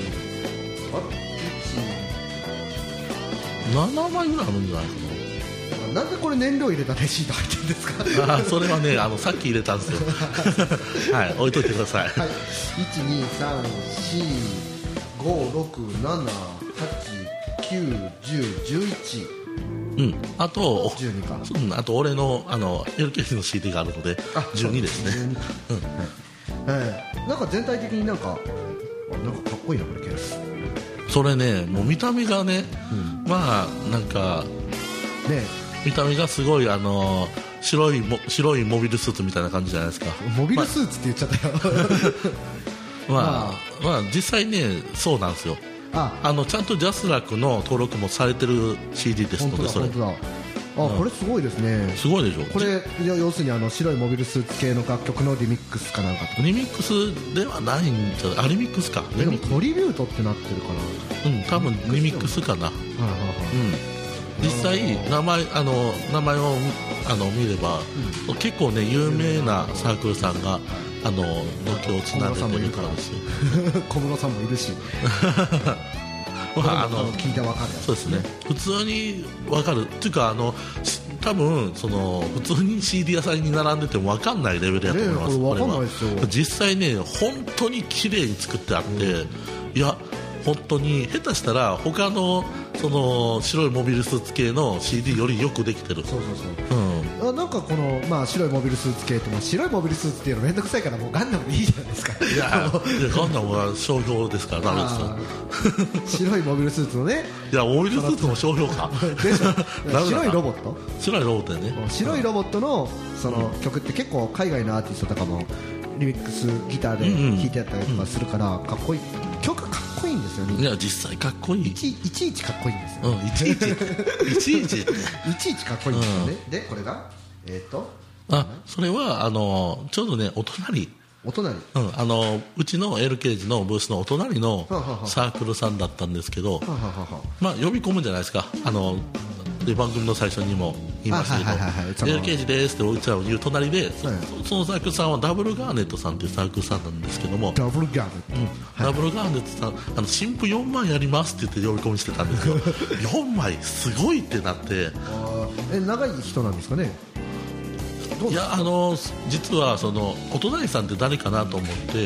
ななまいぐらいあるんじゃないかな。なんでこれ燃料入れたレシート入ってるんですか。 あ、それはね、あのさっき入れたんですよはい、置いといてください、はい、 いちにさんしごろくななはちきゅうじゅうじゅういち、 うん、あとじゅうにか、 うん、あと俺のあの エルケージ の シーディー があるのでじゅうにですね。じゅうにか、 うん、はい、えー、なんか全体的になんかなんかかっこいいなこれケース。 それね、もう見た目がね、うん、まあなんかね、 見た目がすごいあの白いも白いモビルスーツみたいな感じじゃないですか。 モビルスーツって言っちゃったよまあ、まあ実際ねそうなんですよ。ああのちゃんとジャスラックの登録もされてる シーディー ですので、それ本当だ、あ、うん、これすごいですね。 すごいでしょ。 これ要するにあの白いモビルスーツ系の楽曲のリミックスかなんか。 リミックスではないんじゃ、あ、リミックスか。 でもトリビュートってなってるかな。うん、多分リミックスかな。はあはあ、うん、実際名前あの名前をあの見れば、うん、結構ね有名なサークルさんがあののきをつなげてるからですよ。 小室さんもいるしまあ、あの聞いてわかる。 そうですね、普通にわかるっていうか、あの多分その普通に シーディー 屋さんに並んでてもわかんないレベルやと思います、 ね、これわかんないですよ。 実際ね本当に綺麗に作ってあって、うん、いや本当に下手したら他のその白いモビルスーツ系の シーディー よりよくできてる。 そうそうそう、うん、あ、なんかこの、まあ、白いモビルスーツ系って、まあ、白いモビルスーツっていうのめんどくさいからもうガンダムでいいじゃないですか。 いやいやガンダムは商標ですからダメですよ。 白いモビルスーツのね、 いやモビルスーツの商標かでしょ白いロボット白いロボットね、 白いロボットのその曲って結構海外のアーティストとかもリミックスギターで弾いてやったりとかするからかっこいい、曲かっこいいんですよね。 いや実際かっこいい、 いちいちいちかっこいいんですよ、 うん、いちいちいちいちいちいちかっこいいんですよね、うん、でこれがえっ、ー、とあそれはあのちょうどねお隣お隣、 うん、あのうちの エルケージ のブースのお隣のサークルさんだったんですけど、まあ呼び込むんじゃないですか。あので番組の最初にも言いましたけど エルケージ ですっておうちらを言う隣で、はい、そ, そのサークルさんはダブルガーネットさんっていうサークルさんなんですけども、 ダブルガーネット、 うん、はい、ダブルガーネットさんあの新譜よんまいやりますって言って呼び込みしてたんですよよんまいすごいってなって。 あえ長い人なんですかね。 いやあの実はそのお隣さんって誰かなと思って、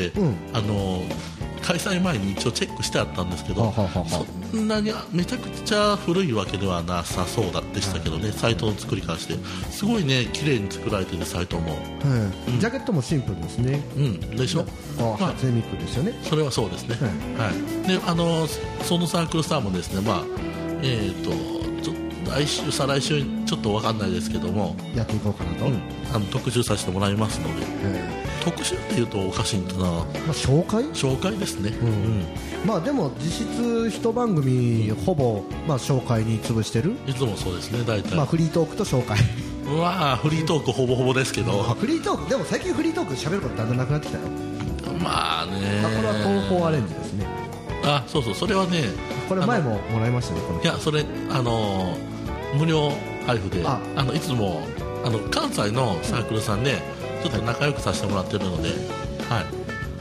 うん、あの開催前に一応チェックしてあったんですけど、ははははそんなにめちゃくちゃ古いわけではなさそうだでしたけどね、サイトの作りからしてすごいね綺麗に作られてるサイトも、 はい、うん、ジャケットもシンプルですね。 うんでしょ。 あ、まあ、初音ミクですよね。 それはそうですね、はい、はい、であのそのサークルさんもですね、まあえーと来週再来週ちょっと分かんないですけどもやっていこうかなと、 うん、あの特集させてもらいますので、特集っていうとおかしいんだな、まあ、 紹介紹介ですね、うんうん、 まあでも実質一番組ほぼ、まあ、紹介に潰してる。 いつもそうですね大体、 まあ、フリートークと紹介うわフリートークほぼほぼですけどフリートークでも最近フリートーク喋ることだんだんなくなってきたよ。 まあね、 あ、これは東宝アレンジですね。 あ、そうそう、それはねこれ前ももらいましたね。このいやそれあのー無料配布で、ああのいつもあの関西のサークルさんで、ちょっと仲良くさせてもらってるので、はい、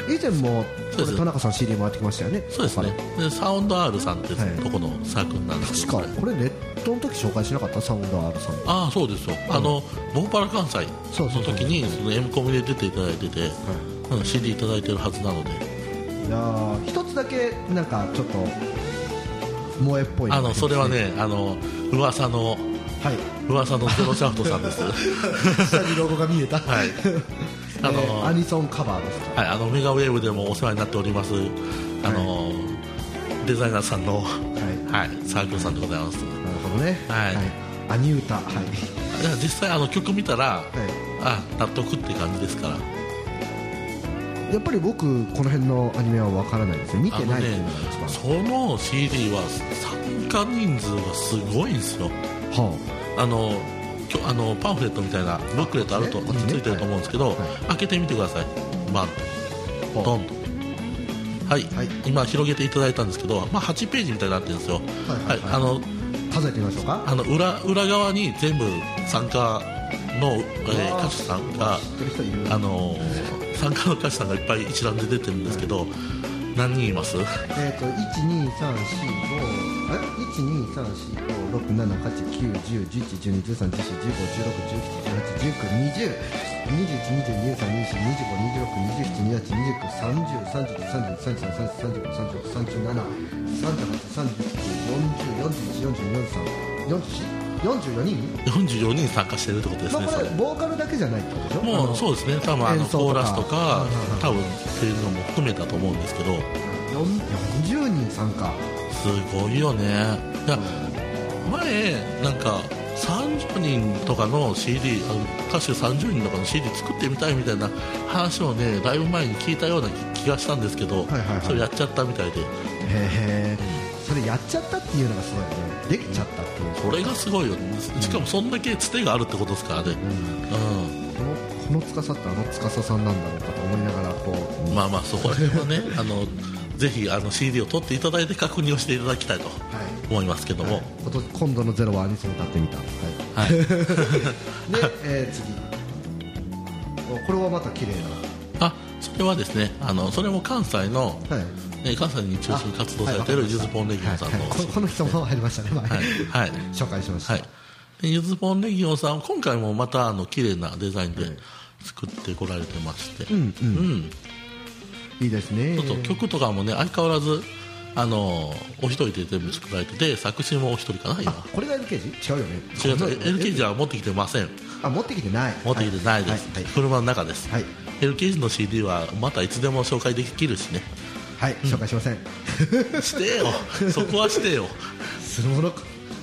以前もこれ田中さん シーディー 回ってきましたよね。 そうですね。でサウンド R さんってとこのサークルなんですけど、 確かこれネットの時紹介しなかったサウンド R さん。 ああそうですよ、うん、あのボーパラ関西の時にその M コミで出ていただいてて、はい、うん、シーディー いただいてるはずなので、 いや一つだけなんかちょっと萌えっぽい、 あのそれはね、あの噂の、はい、噂のゼロシャフトさんです下にロゴが見えた、 はい、あの、えー、アニソンカバーですか、 はい、あのメガウェーブでもお世話になっております、あの、はい、デザイナーさんの、はいはい、サークルさんでございます。なるほどね、はいはい、アニ歌、はい、 実際あの曲見たら、はい、あ納得って感じですから。 やっぱり僕この辺のアニメは分からないですよ、見てないっていうのが一番、 ね、その シーディー は参加人数がすごいんですよ、はあ、あのあのパンフレットみたいなブックレットあると、ね、ついてると思うんですけど、はいはい、開けてみてください、バンとドンと、はいはい、今広げていただいたんですけど、まあ、はちページみたいになってるんですよ、はいはいはい、あの数えてみましょうか。 あの 裏, 裏側に全部参加の、えー、歌手さんがあの参加の歌手さんがいっぱい一覧で出てるんですけど、何人います？ えーといちにさんしごあいちにさんしごろくななはちきゅうじゅうじゅういちじゅうにじゅうさんじゅうよんじゅうごじゅうろくじゅうななじゅうはちじゅうきゅうにじゅうにじゅういちにじゅうににじゅうさんにじゅうよんにじゅうごにじゅうろくにじゅうななにじゅうはちにじゅうきゅうさんじゅうさんじゅういちさんじゅうにさんじゅうさんさんじゅうごさんじゅうろくさんじゅうななさんじゅうはちさんじゅうきゅうよんじゅうよんじゅういちよんじゅうによんじゅうさんよんじゅうよによんじゅうよにん参加してるってことですね。 まあ、これボーカルだけじゃないってことでしょ。 もうそうですね、多分あのコーラスとか多分そういうのも含めたと思うんですけど、よんじゅうにん参加すごいよね。いや前なんかさんじゅうにんとかの シーディー あの歌手さんじゅうにんとかの シーディー 作ってみたいみたいな話をねだいぶ前に聞いたような気がしたんですけど、はいはいはい、それやっちゃったみたいで、へえ、うん、それやっちゃったっていうのがすごいよね。できちゃったっていう、 それがすごいよね。しかもそんだけつてがあるってことですからね、うんうん、 この司ってあの司さんなんだろうかと思いながらこう、 まあまあそこら辺はねあのぜひあの シーディー を取っていただいて確認をしていただきたいと思いますけども、はい、 今度のゼロはアニソン歌ってみた、はい、はい、で、えー、次これはまた綺麗な、 あそれはですね、あのそれも関西の、はい、関西に中心に活動されているゆずぽんレギオンさんの、はいはい、 この人も入りましたね、はいはい、 紹介しました、はい、 でゆずぽんレギオンさん今回もまたあの綺麗なデザインで作ってこられてまして、うんうん、うん、 いいですね。 そうそう、曲とかもね相変わらずあのお一人で全部作られてて、作詞もお一人かな今。 これが エルケージ？ 違うよね。 違う、エルケージ は持ってきてません。 あ、持ってきてない。 持ってきてないです、はいはい、車の中です、はい、エルケージ の シーディー はまたいつでも紹介できるしね。 はい、うん、紹介しませんしてよそこはしてよするものか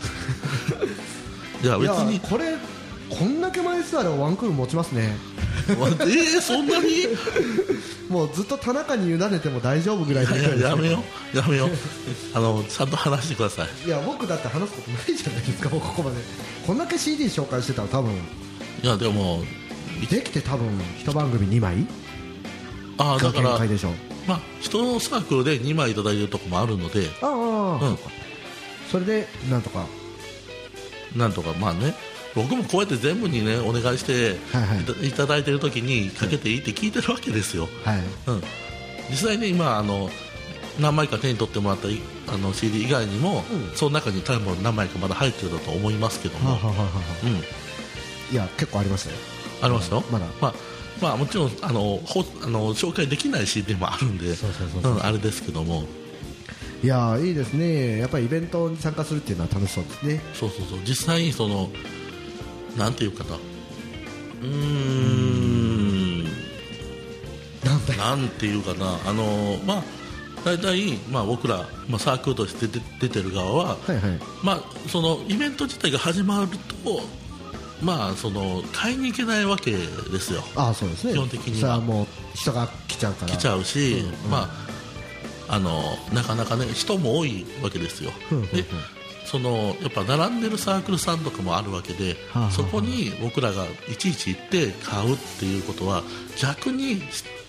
いや別にこれこんだけ枚数あればワンクール持ちますねえー、そんなにもうずっと田中に委ねても大丈夫ぐらいで。 いややめようやめようあのちゃんと話してください。 いや僕だって話すことないじゃないですか。もうここまでこんだけ シーディー 紹介してたら多分、 いやでもできて多分一番組にまいあだから限界でしょ。 まあ人のサークルでにまいいただいてるとこもあるので、 ああ、うん、それでなんとかなんとかまあね、僕もこうやって全部にねお願いして、はいはい、いただいてる時にかけていいって聞いてるわけですよ、はい、うん、実際に今あの何枚か手に取ってもらったあの シーディー 以外にも、うん、その中に多分何枚かまだ入ってるだと思いますけども、はははは、うん、 いや結構ありましたよ。 ありますよ、 まだ、 まあまあ、もちろんあのほあの紹介できない シーディー もあるんで、あれですけども、 いやいいですね。やっぱりイベントに参加するっていうのは楽しそうですね。 そうそうそう、実際にそのなんていうかな、うーんなんだなんていうかな、あのまあ大体、まあ、僕ら、まあ、サークルとして出て、出てる側は、はいはい、まあ、そのイベント自体が始まると、まあ、その買いに行けないわけですよ。 ああ、そうですね。 基本的にはそれはもう人が来ちゃうから来ちゃうし、うんうん、まあ、あのなかなかね人も多いわけですよ、うんうんうん、でそのやっぱ並んでるサークルさんとかもあるわけで、はあはあ、そこに僕らがいちいち行って買うっていうことは逆に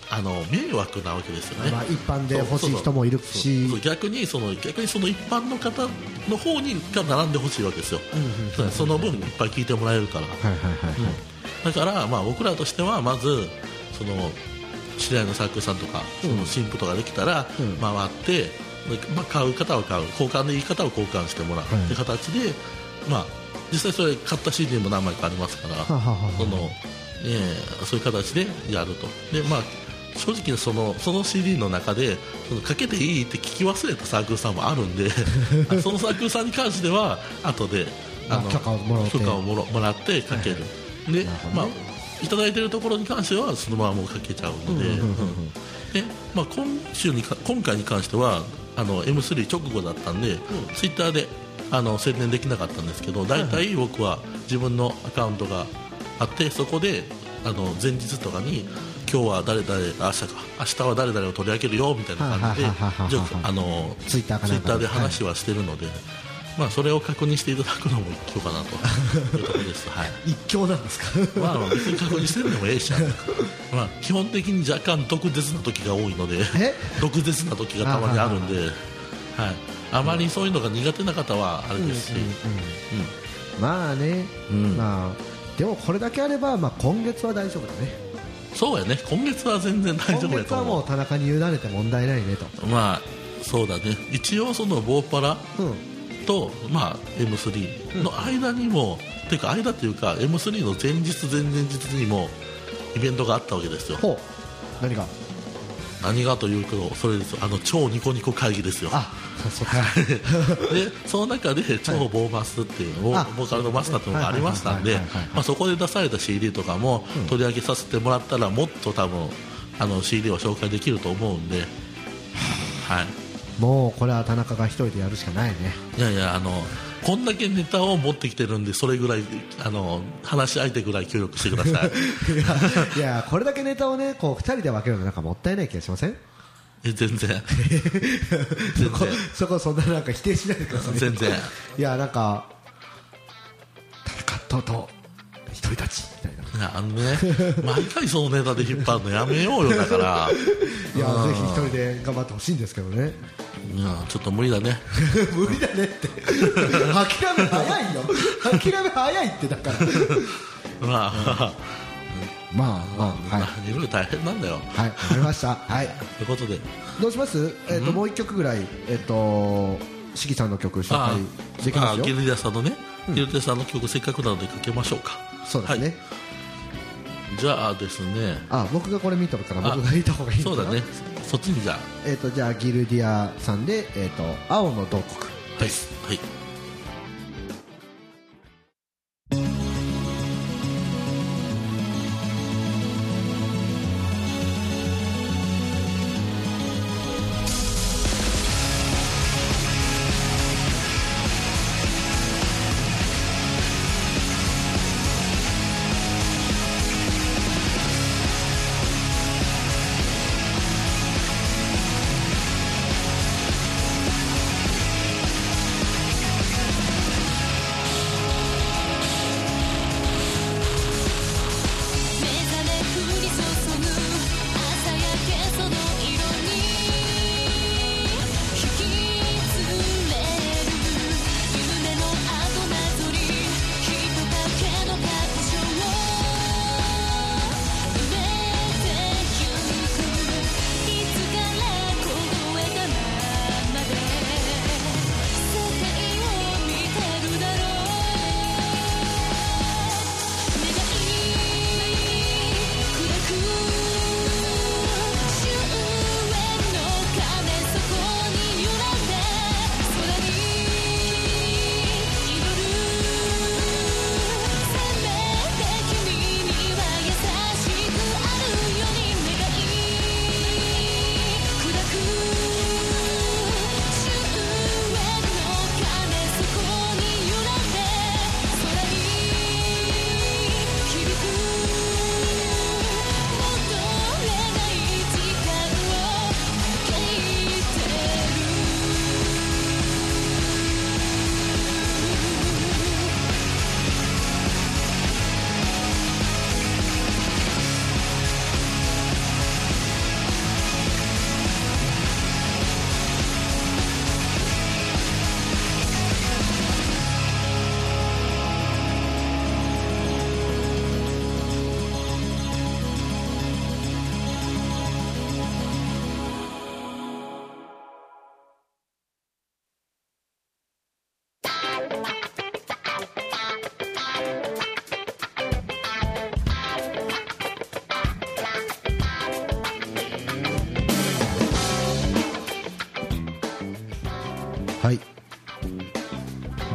あの迷惑なわけですよね。 まあ、一般で欲しい人もいるし、 そうそうそう逆にその逆にその一般の方の方にが並んでほしいわけですよ、うんうん、その分いっぱい聞いてもらえるから、はいはいはいはい、うん、だから、まあ、僕らとしてはまずその知り合いのサークルさんとか、その新婦とかできたら回って、うんまあ、買う方は買う、交換でいい方は交換してもらうって形で、うんまあ、実際それ買った シーディー も何枚かありますから、ははははそのえー、そういう形でやると。で、まあ正直その、その シーディー の中でそのかけていいって聞き忘れたサークルさんもあるんでそのサークルさんに関しては後であの許可をもらって、 許可をもらもらってかける、はい、で、ねまあ、いただいているところに関してはそのままもうかけちゃうので、でまあ、今週にか今回に関してはあの エムスリー 直後だったんで、うん、ツイッターであの宣伝できなかったんですけど、大体僕は自分のアカウントがあって、そこであの前日とかに今日は誰々、明日か明日は誰々を取り上げるよみたいな感じであのツイッターで話はしているので、はいまあ、それを確認していただくのも一興かなというところです、はい、 一興なんですかまあ別に確認してるのもええしまあ基本的に若干毒舌な時が多いので毒舌な時がたまにあるんで、はい、あまりそういうのが苦手な方はあれですし、うんうんうんうん、まあね、うん、まあでもこれだけあれば、まあ、今月は大丈夫だね。 そうやね、今月は全然大丈夫だと思う。 今月はもう田中に委ねて問題ないねと。 まあそうだね、一応そのボーパラと、うんまあ、エムスリー の間にも、うん、ていうか間っていうか エムスリー の前日前々日にもイベントがあったわけですよ。 ほう、何が何がというと、それです、あの超ニコニコ会議ですよ。 あ、そっかでその中で超ボーマスっていうのを、はい、ボーカルのマスターっていうのがありましたんで、そこで出された シーディー とかも取り上げさせてもらったら、もっと多分あの シーディー を紹介できると思うんで、はい、 もうこれは田中が一人でやるしかないね。 いやいや、あのこんだけネタを持ってきてるんで、それぐらいあの話し相手ぐらい協力してくださいいや、いやこれだけネタをねこうふたりで分けるのなんかもったいない気がしません？ え全然全然そこそこそんななんか否定しないでください。 全然いやなんか田中とと一人たちみたいな。 いやあのね毎回そのネタで引っ張るのやめようよだからいやぜひ一人で頑張ってほしいんですけどね。 いやちょっと無理だね無理だねって諦め早いよ諦め早いってだからまあまあまあ、はい、いろいろ大変なんだよ。 はい、わかりました。はい。 ということで、 どうします？えっともう一曲ぐらい、えっとしぎさんの曲紹介できますよ。 ギルディアさんのね、ギルディアさんの曲せっかくなのでかけましょうか。 そうですね。 じゃあですね。 あ、僕がこれ見とるから僕が言った方がいいのかな。 そうだね。そっちにじゃあ。 えっとじゃあギルディアさんでえっと青の洞窟です。 はい。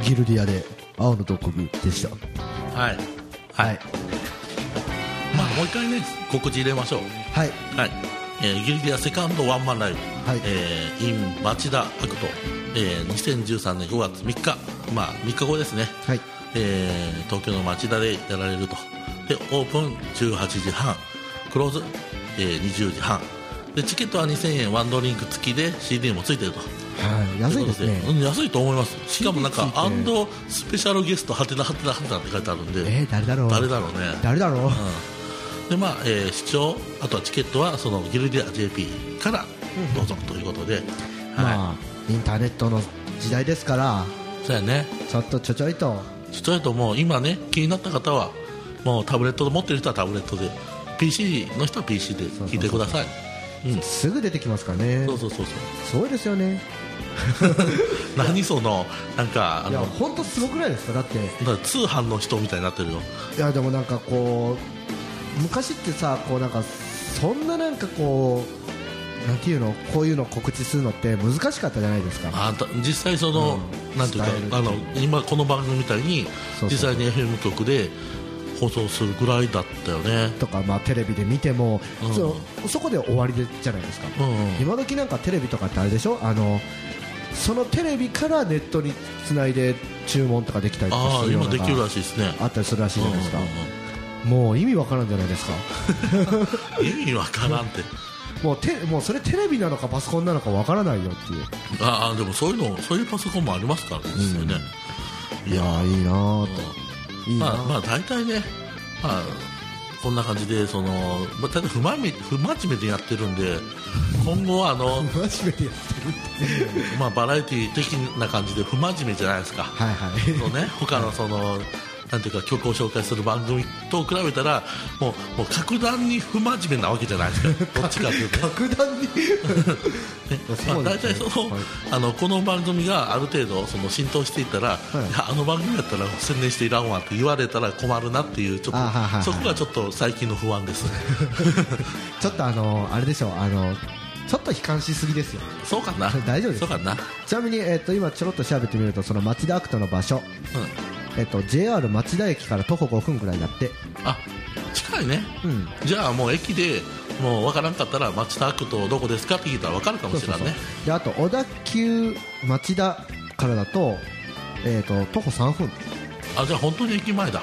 ギルディアで青の毒部でした。 はいはい、はい、まあもう一回ね告知入れましょう。 はい、 はいえー、ギルディアセカンドワンマンライブ、はいえー、in 町田アクト、えー、にせんじゅうさんねんごがつみっか、まあ、みっかごですね、はいえー、東京の町田でやられると。でオープンじゅうはちじはん、クローズ、えー、にじゅうじはんで、チケットはにせんえんワンドリンク付きで シーディー も付いてると。 はい、安いですね。 うん、安いと思います。しかもなんかアンドスペシャルゲストはてなはてなはてなって書いてあるんで、 えー、誰だろう誰だろうね誰だろう、うんでまあえー、視聴あとはチケットはそのギルディア ジェーピー からどうぞということで、うんはいまあ、インターネットの時代ですからそうやねちょっとちょちょいとちょちょいともう今ね気になった方はもうタブレット持ってる人はタブレットで ピーシー の人は ピーシー で聞いてください。 うん、すぐ出てきますからね。 そうそうそうそうすごいですよね何そのなんかいや本当すごくないですか。だってだから通販の人みたいになってるよ。 いやでもなんかこう昔ってさこうなんかそんななんかこうなんていうのこういうの告知するのって難しかったじゃないですか。 あ実際その、うん、なんていうかあの今この番組みたいに実際に エフエム 局で放送するぐらいだったよね。 とか、まあ、テレビで見ても、うん、そ, そこで終わりでじゃないですか、うんうん、今時なんかテレビとかってあれでしょあのそのテレビからネットにつないで注文とかできたりとかするような今できるらしいですね。 あったりするらしいじゃないですか、うんうんうん、もう意味わからんじゃないですか意味わからんってもうてもうそれテレビなのかパソコンなのかわからないよっていう。 ああでもそういうのそういうパソコンもありますからね、 うん、いやーいいなーと、 うん、いいなまあまあ大体ね、まあ、こんな感じでその、まあ、大体不真面目不真面目でやってるんで今後はあの不真面目でやってるってまあバラエティ的な感じで不真面目じゃないですか。 はいはいのね他のそのなんていうか曲を紹介する番組と比べたらもう、もう格段に不真面目なわけじゃないですかどっちかというと格段に、ねまあ、大体その、はい、あのこの番組がある程度その浸透していったら、はい、いやあの番組だったら宣伝していらんわって言われたら困るなっていうちょっと、はいはい、そこがちょっと最近の不安ですちょっとあのあれでしょうあのちょっと悲観しすぎですよ。 そうかな大丈夫ですそうかな。 ちなみに、えー、と今ちょろっと調べてみるとその町田アクトの場所、うんえっと、ジェイアール 町田駅から徒歩ごふんぐらいだって。 あ近いね、 うん、 じゃあもう駅でもう分からんかったら町田アクトどこですかって聞いたら分かるかもしれないね。そうそうそうであと小田急町田からだと、えー、と徒歩さんぷん。 あじゃあ本当に駅前だ、 はい、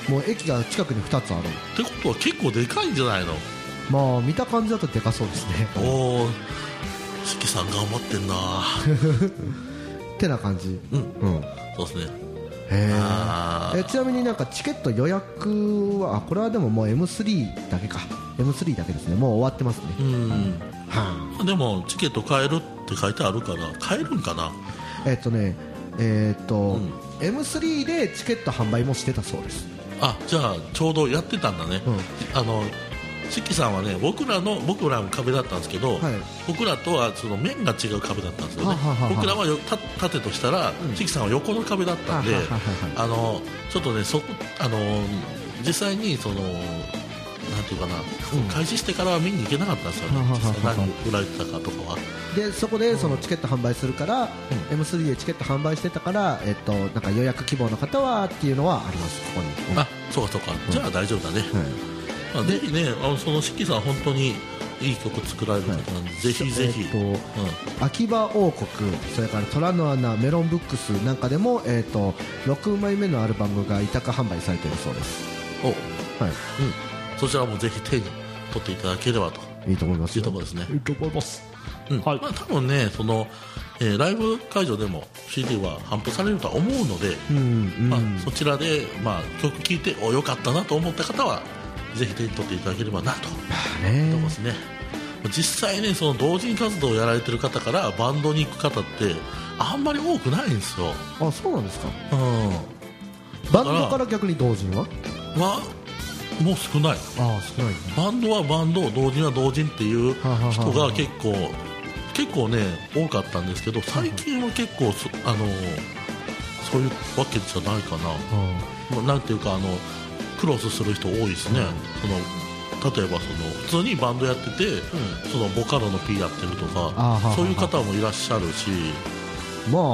もう駅が近くにふたつあるってことは結構でかいんじゃないの。 まあ見た感じだとでかそうですね。 おお四季さん頑張ってんなってな感じ。 うん、うん、そうですね。 へえちなみになんかチケット予約はあこれはでももう エムスリー だけか エムスリー だけですね。もう終わってますね。 うん、はあ、でもチケット買えるって書いてあるから買えるんかな。 えっとねえっと、うん、エムスリー でチケット販売もしてたそうです。 あじゃあちょうどやってたんだね、うん、あのシッキさんはね僕らの僕らの壁だったんですけど、はい、僕らとはその面が違う壁だったんですよね。はははは僕らはよた縦としたら、うん、シッキさんは横の壁だったんで、あのちょっとねそあの実際にそのなんていうかな、うん、開始してからは見に行けなかったんですよね。実際何売られてたかとかは。 でそこでそのチケット販売するから、うん、エムスリー でチケット販売してたから、えっと、なんか予約希望の方はっていうのはありますここに。 うん、あそうかそうか、うん、じゃあ大丈夫だね。はいまあ、ぜひねあのその四季さん本当にいい曲作られる方なんで、はい、ぜひぜひ、えーとうん、 秋葉王国それから虎の穴メロンブックスなんかでも、えーと、ろくまいめのアルバムが委託販売されているそうです。 お、はいうん、そちらもぜひ手に取っていただければといいと思います。 いいところですね。 いいと思います、 うんはいまあ、多分ねその、えー、ライブ会場でも シーディー は販布されるとは思うので、 うんうんまあ、そちらで、まあ、曲聴いておよかったなと思った方はぜひ手に取っていただければなと思いますね。実際ねその同人活動をやられてる方からバンドに行く方ってあんまり多くないんですよ。 あそうなんですか。 うんバンドから逆に同人ははもう少ない。 あ少ない、ね、 バンドはバンド同人は同人っていう人が結構結構ね多かったんですけど最近は結構あのそういうわけじゃないかな。なんていうかあのクロスする人多いですね。うん、その例えばその普通にバンドやってて、うん、そのボカロの P やってるとかそういう方もいらっしゃるし、 まあ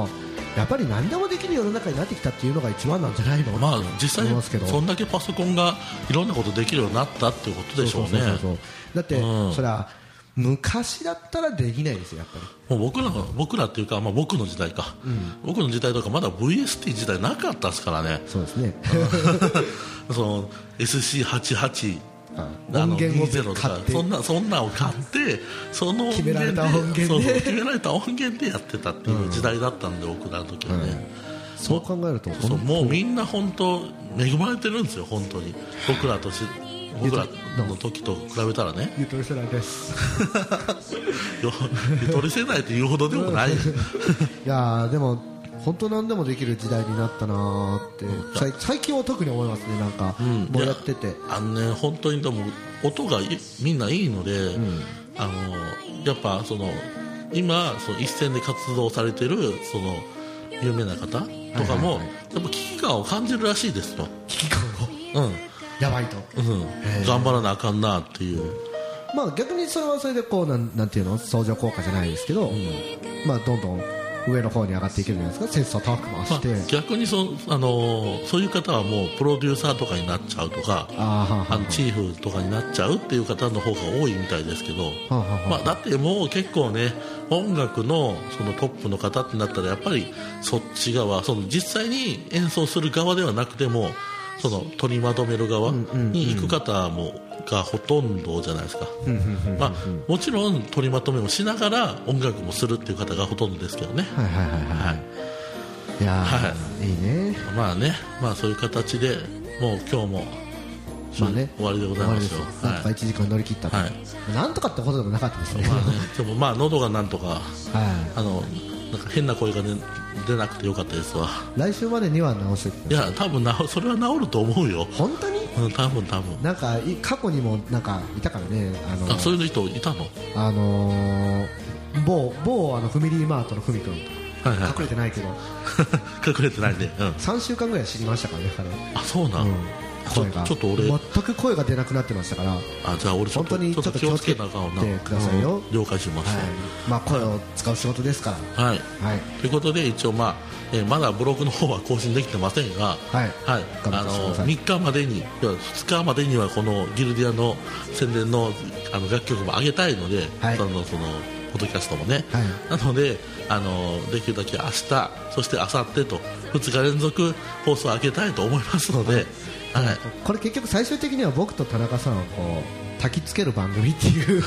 やっぱり何でもできる世の中になってきたっていうのが一番なんじゃないの。 まあ実際にそんだけパソコンがいろんなことできるようになったっていうことでしょうね。そうそうそうそう、だって、うん、それは昔だったらできないですよやっぱり。もう僕ら僕らっていうか、まあ、僕の時代か、うん、僕の時代とかまだ ブイエスティー 時代なかったですからね。 そうですねその エスシーはちじゅうはち音源を買ってそんなそんなを買ってその決められた音源でそうそう決められた音源でやってたっていう時代だったんで、うん、僕らの時はね、 うん、そう考えるとそうもうみんな本当恵まれてるんですよ本当に。僕らとし僕らの時と比べたらね。 ゆとり世代ですゆとり世代って言うほどでもないいやでも本当何でもできる時代になったなって最近は特に思いますね。なんか、うん、もうやっててあのね本当にでも音がみんないいので、うん、あのやっぱその今その一線で活動されてるその有名な方とかも、はいはいはい、やっぱ危機感を感じるらしいですと。 危機感をうんやばいと、 うん、頑張らなあかんなっていう。 まあ逆にそれはそれでこうなんなんていうの相乗効果じゃないですけど、うん、まあどんどん上の方に上がっていけるじゃないですか。切磋琢磨して、まあ、 逆に そ,、あのー、そういう方はもうプロデューサーとかになっちゃうとかああのチーフとかになっちゃうっていう方の方が多いみたいですけど、ははまあ、だってもう結構ね音楽 の, そのトップの方ってなったらやっぱりそっち側その実際に演奏する側ではなくてもその取りまとめる側に行く方もがほとんどじゃないですか。まあ、もちろん取りまとめもしながら音楽もするっていう方がほとんどですけどね。 はいはいはいはい、はい、いや、はい、いいね。 まあね、まあそういう形でもう今日もまあね、終わりでございますよ。 なんとかいちじかん乗り切ったと、はい、なんとかってことでもなかったですね。 まあねでもまあ喉がなんとか、はい、あのなんか変な声が出出なくてよかったですわ。 来週までには直してください。いや多分なそれは治ると思うよ。 本当に？ うん、多分多分なんか過去にもなんかいたからね。 あのー、あそういう人いたの？ あのー、某某あのファミリーマートのふみくん、はいはい、隠れてないけど隠れてないね、うん、 さんしゅうかんぐらい知りましたからね彼。 あそうなん、うん、 声がちょっと俺全く声が出なくなってましたから。 あじゃあ俺ちょっと本当にちょっと気をつけてくださいよ、 うん、了解しました、 はい、まあ声を使う仕事ですから。はい、はい、ということで一応まあ、えー、まだブログの方は更新できてませんが、はい、はい、あのみっかまでにふつかまでにはこのギルディアの宣伝 の, あの楽曲も上げたいので、はい、そのそのポッドキャストもね、はい、なのであのできるだけ明日そして明後日とふつか連続放送を上げたいと思いますので、はいはい、これ結局最終的には僕と田中さんをこう焚きつける番組っていう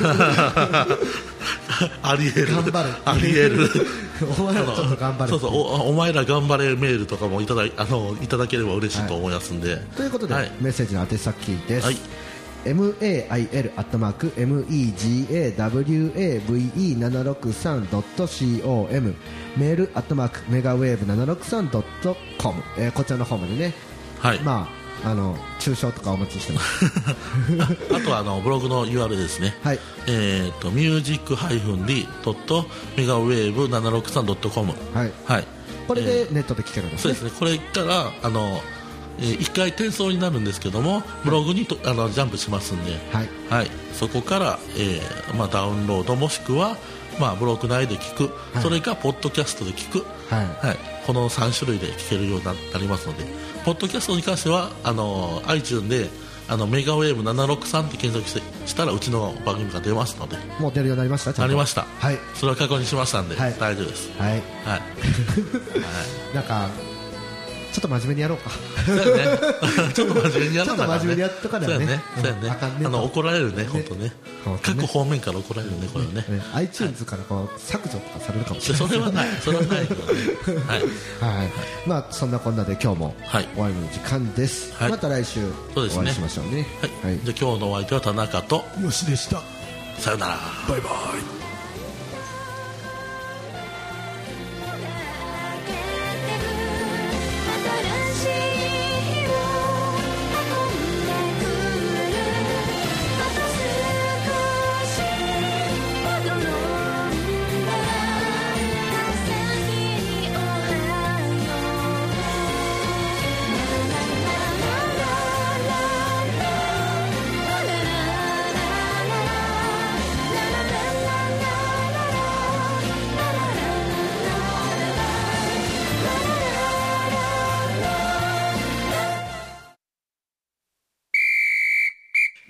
ありえる頑張るありえるお前らちょっと頑張れそうそう お, お前ら頑張れメールとかもいただあのいただければ嬉しいと思いますんで、はい、 ということで、はい、メッセージの宛先です、はい、メール アットマーク メガウェーブななろくさんドットコム メールアットマークメガウェーブななろくさんドットコム、えー、こちらの方までね、はい、まああの中傷とかお待ちしてますあ, あとはあのブログの ユーアールエル ですね、はい、えーとミュージックハイフンリドットメガウェーブななろくさんドットコム、はいはい、 これでネットで聞けるんですね、 えー、そうですね。これからあのえー、いっかい転送になるんですけどもブログにとあのジャンプしますんで、はいはい、そこから、えーまあ、ダウンロードもしくは、まあ、ブログ内で聞く、はい、それかポッドキャストで聞く、はいはい、このさん種類で聞けるようになりますので、ポッドキャストに関してはあの iTunes であのメガウェーブななろくさんって検索してしたらうちの番組が出ますので。 もう出るようになりました？ なりました、はい、それは確認しましたんで、はい、大丈夫です。はい、はいはい、 なんかちょっと真面目にやろうかそうやねちょっと真面目にやろうか、ね、 ちょっと真面目にやっとかないとね。 そうやね、そうやね、うん、あかんね、あの怒られるね、本当ね、各方面から怒られるね、これね、ね iTunes からこう削除とかされるかもしれない。 それはない、それはないけどねはい、 はい、まあそんなこんなで今日も終わりの時間です、はい、また来週お会いしましょうね。 はい、はい、じゃあ今日のお相手は田中とよしでした。 さよなら、 バイバイ。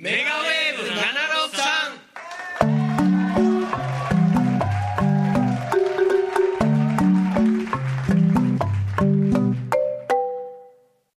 メガウェーブななじゅう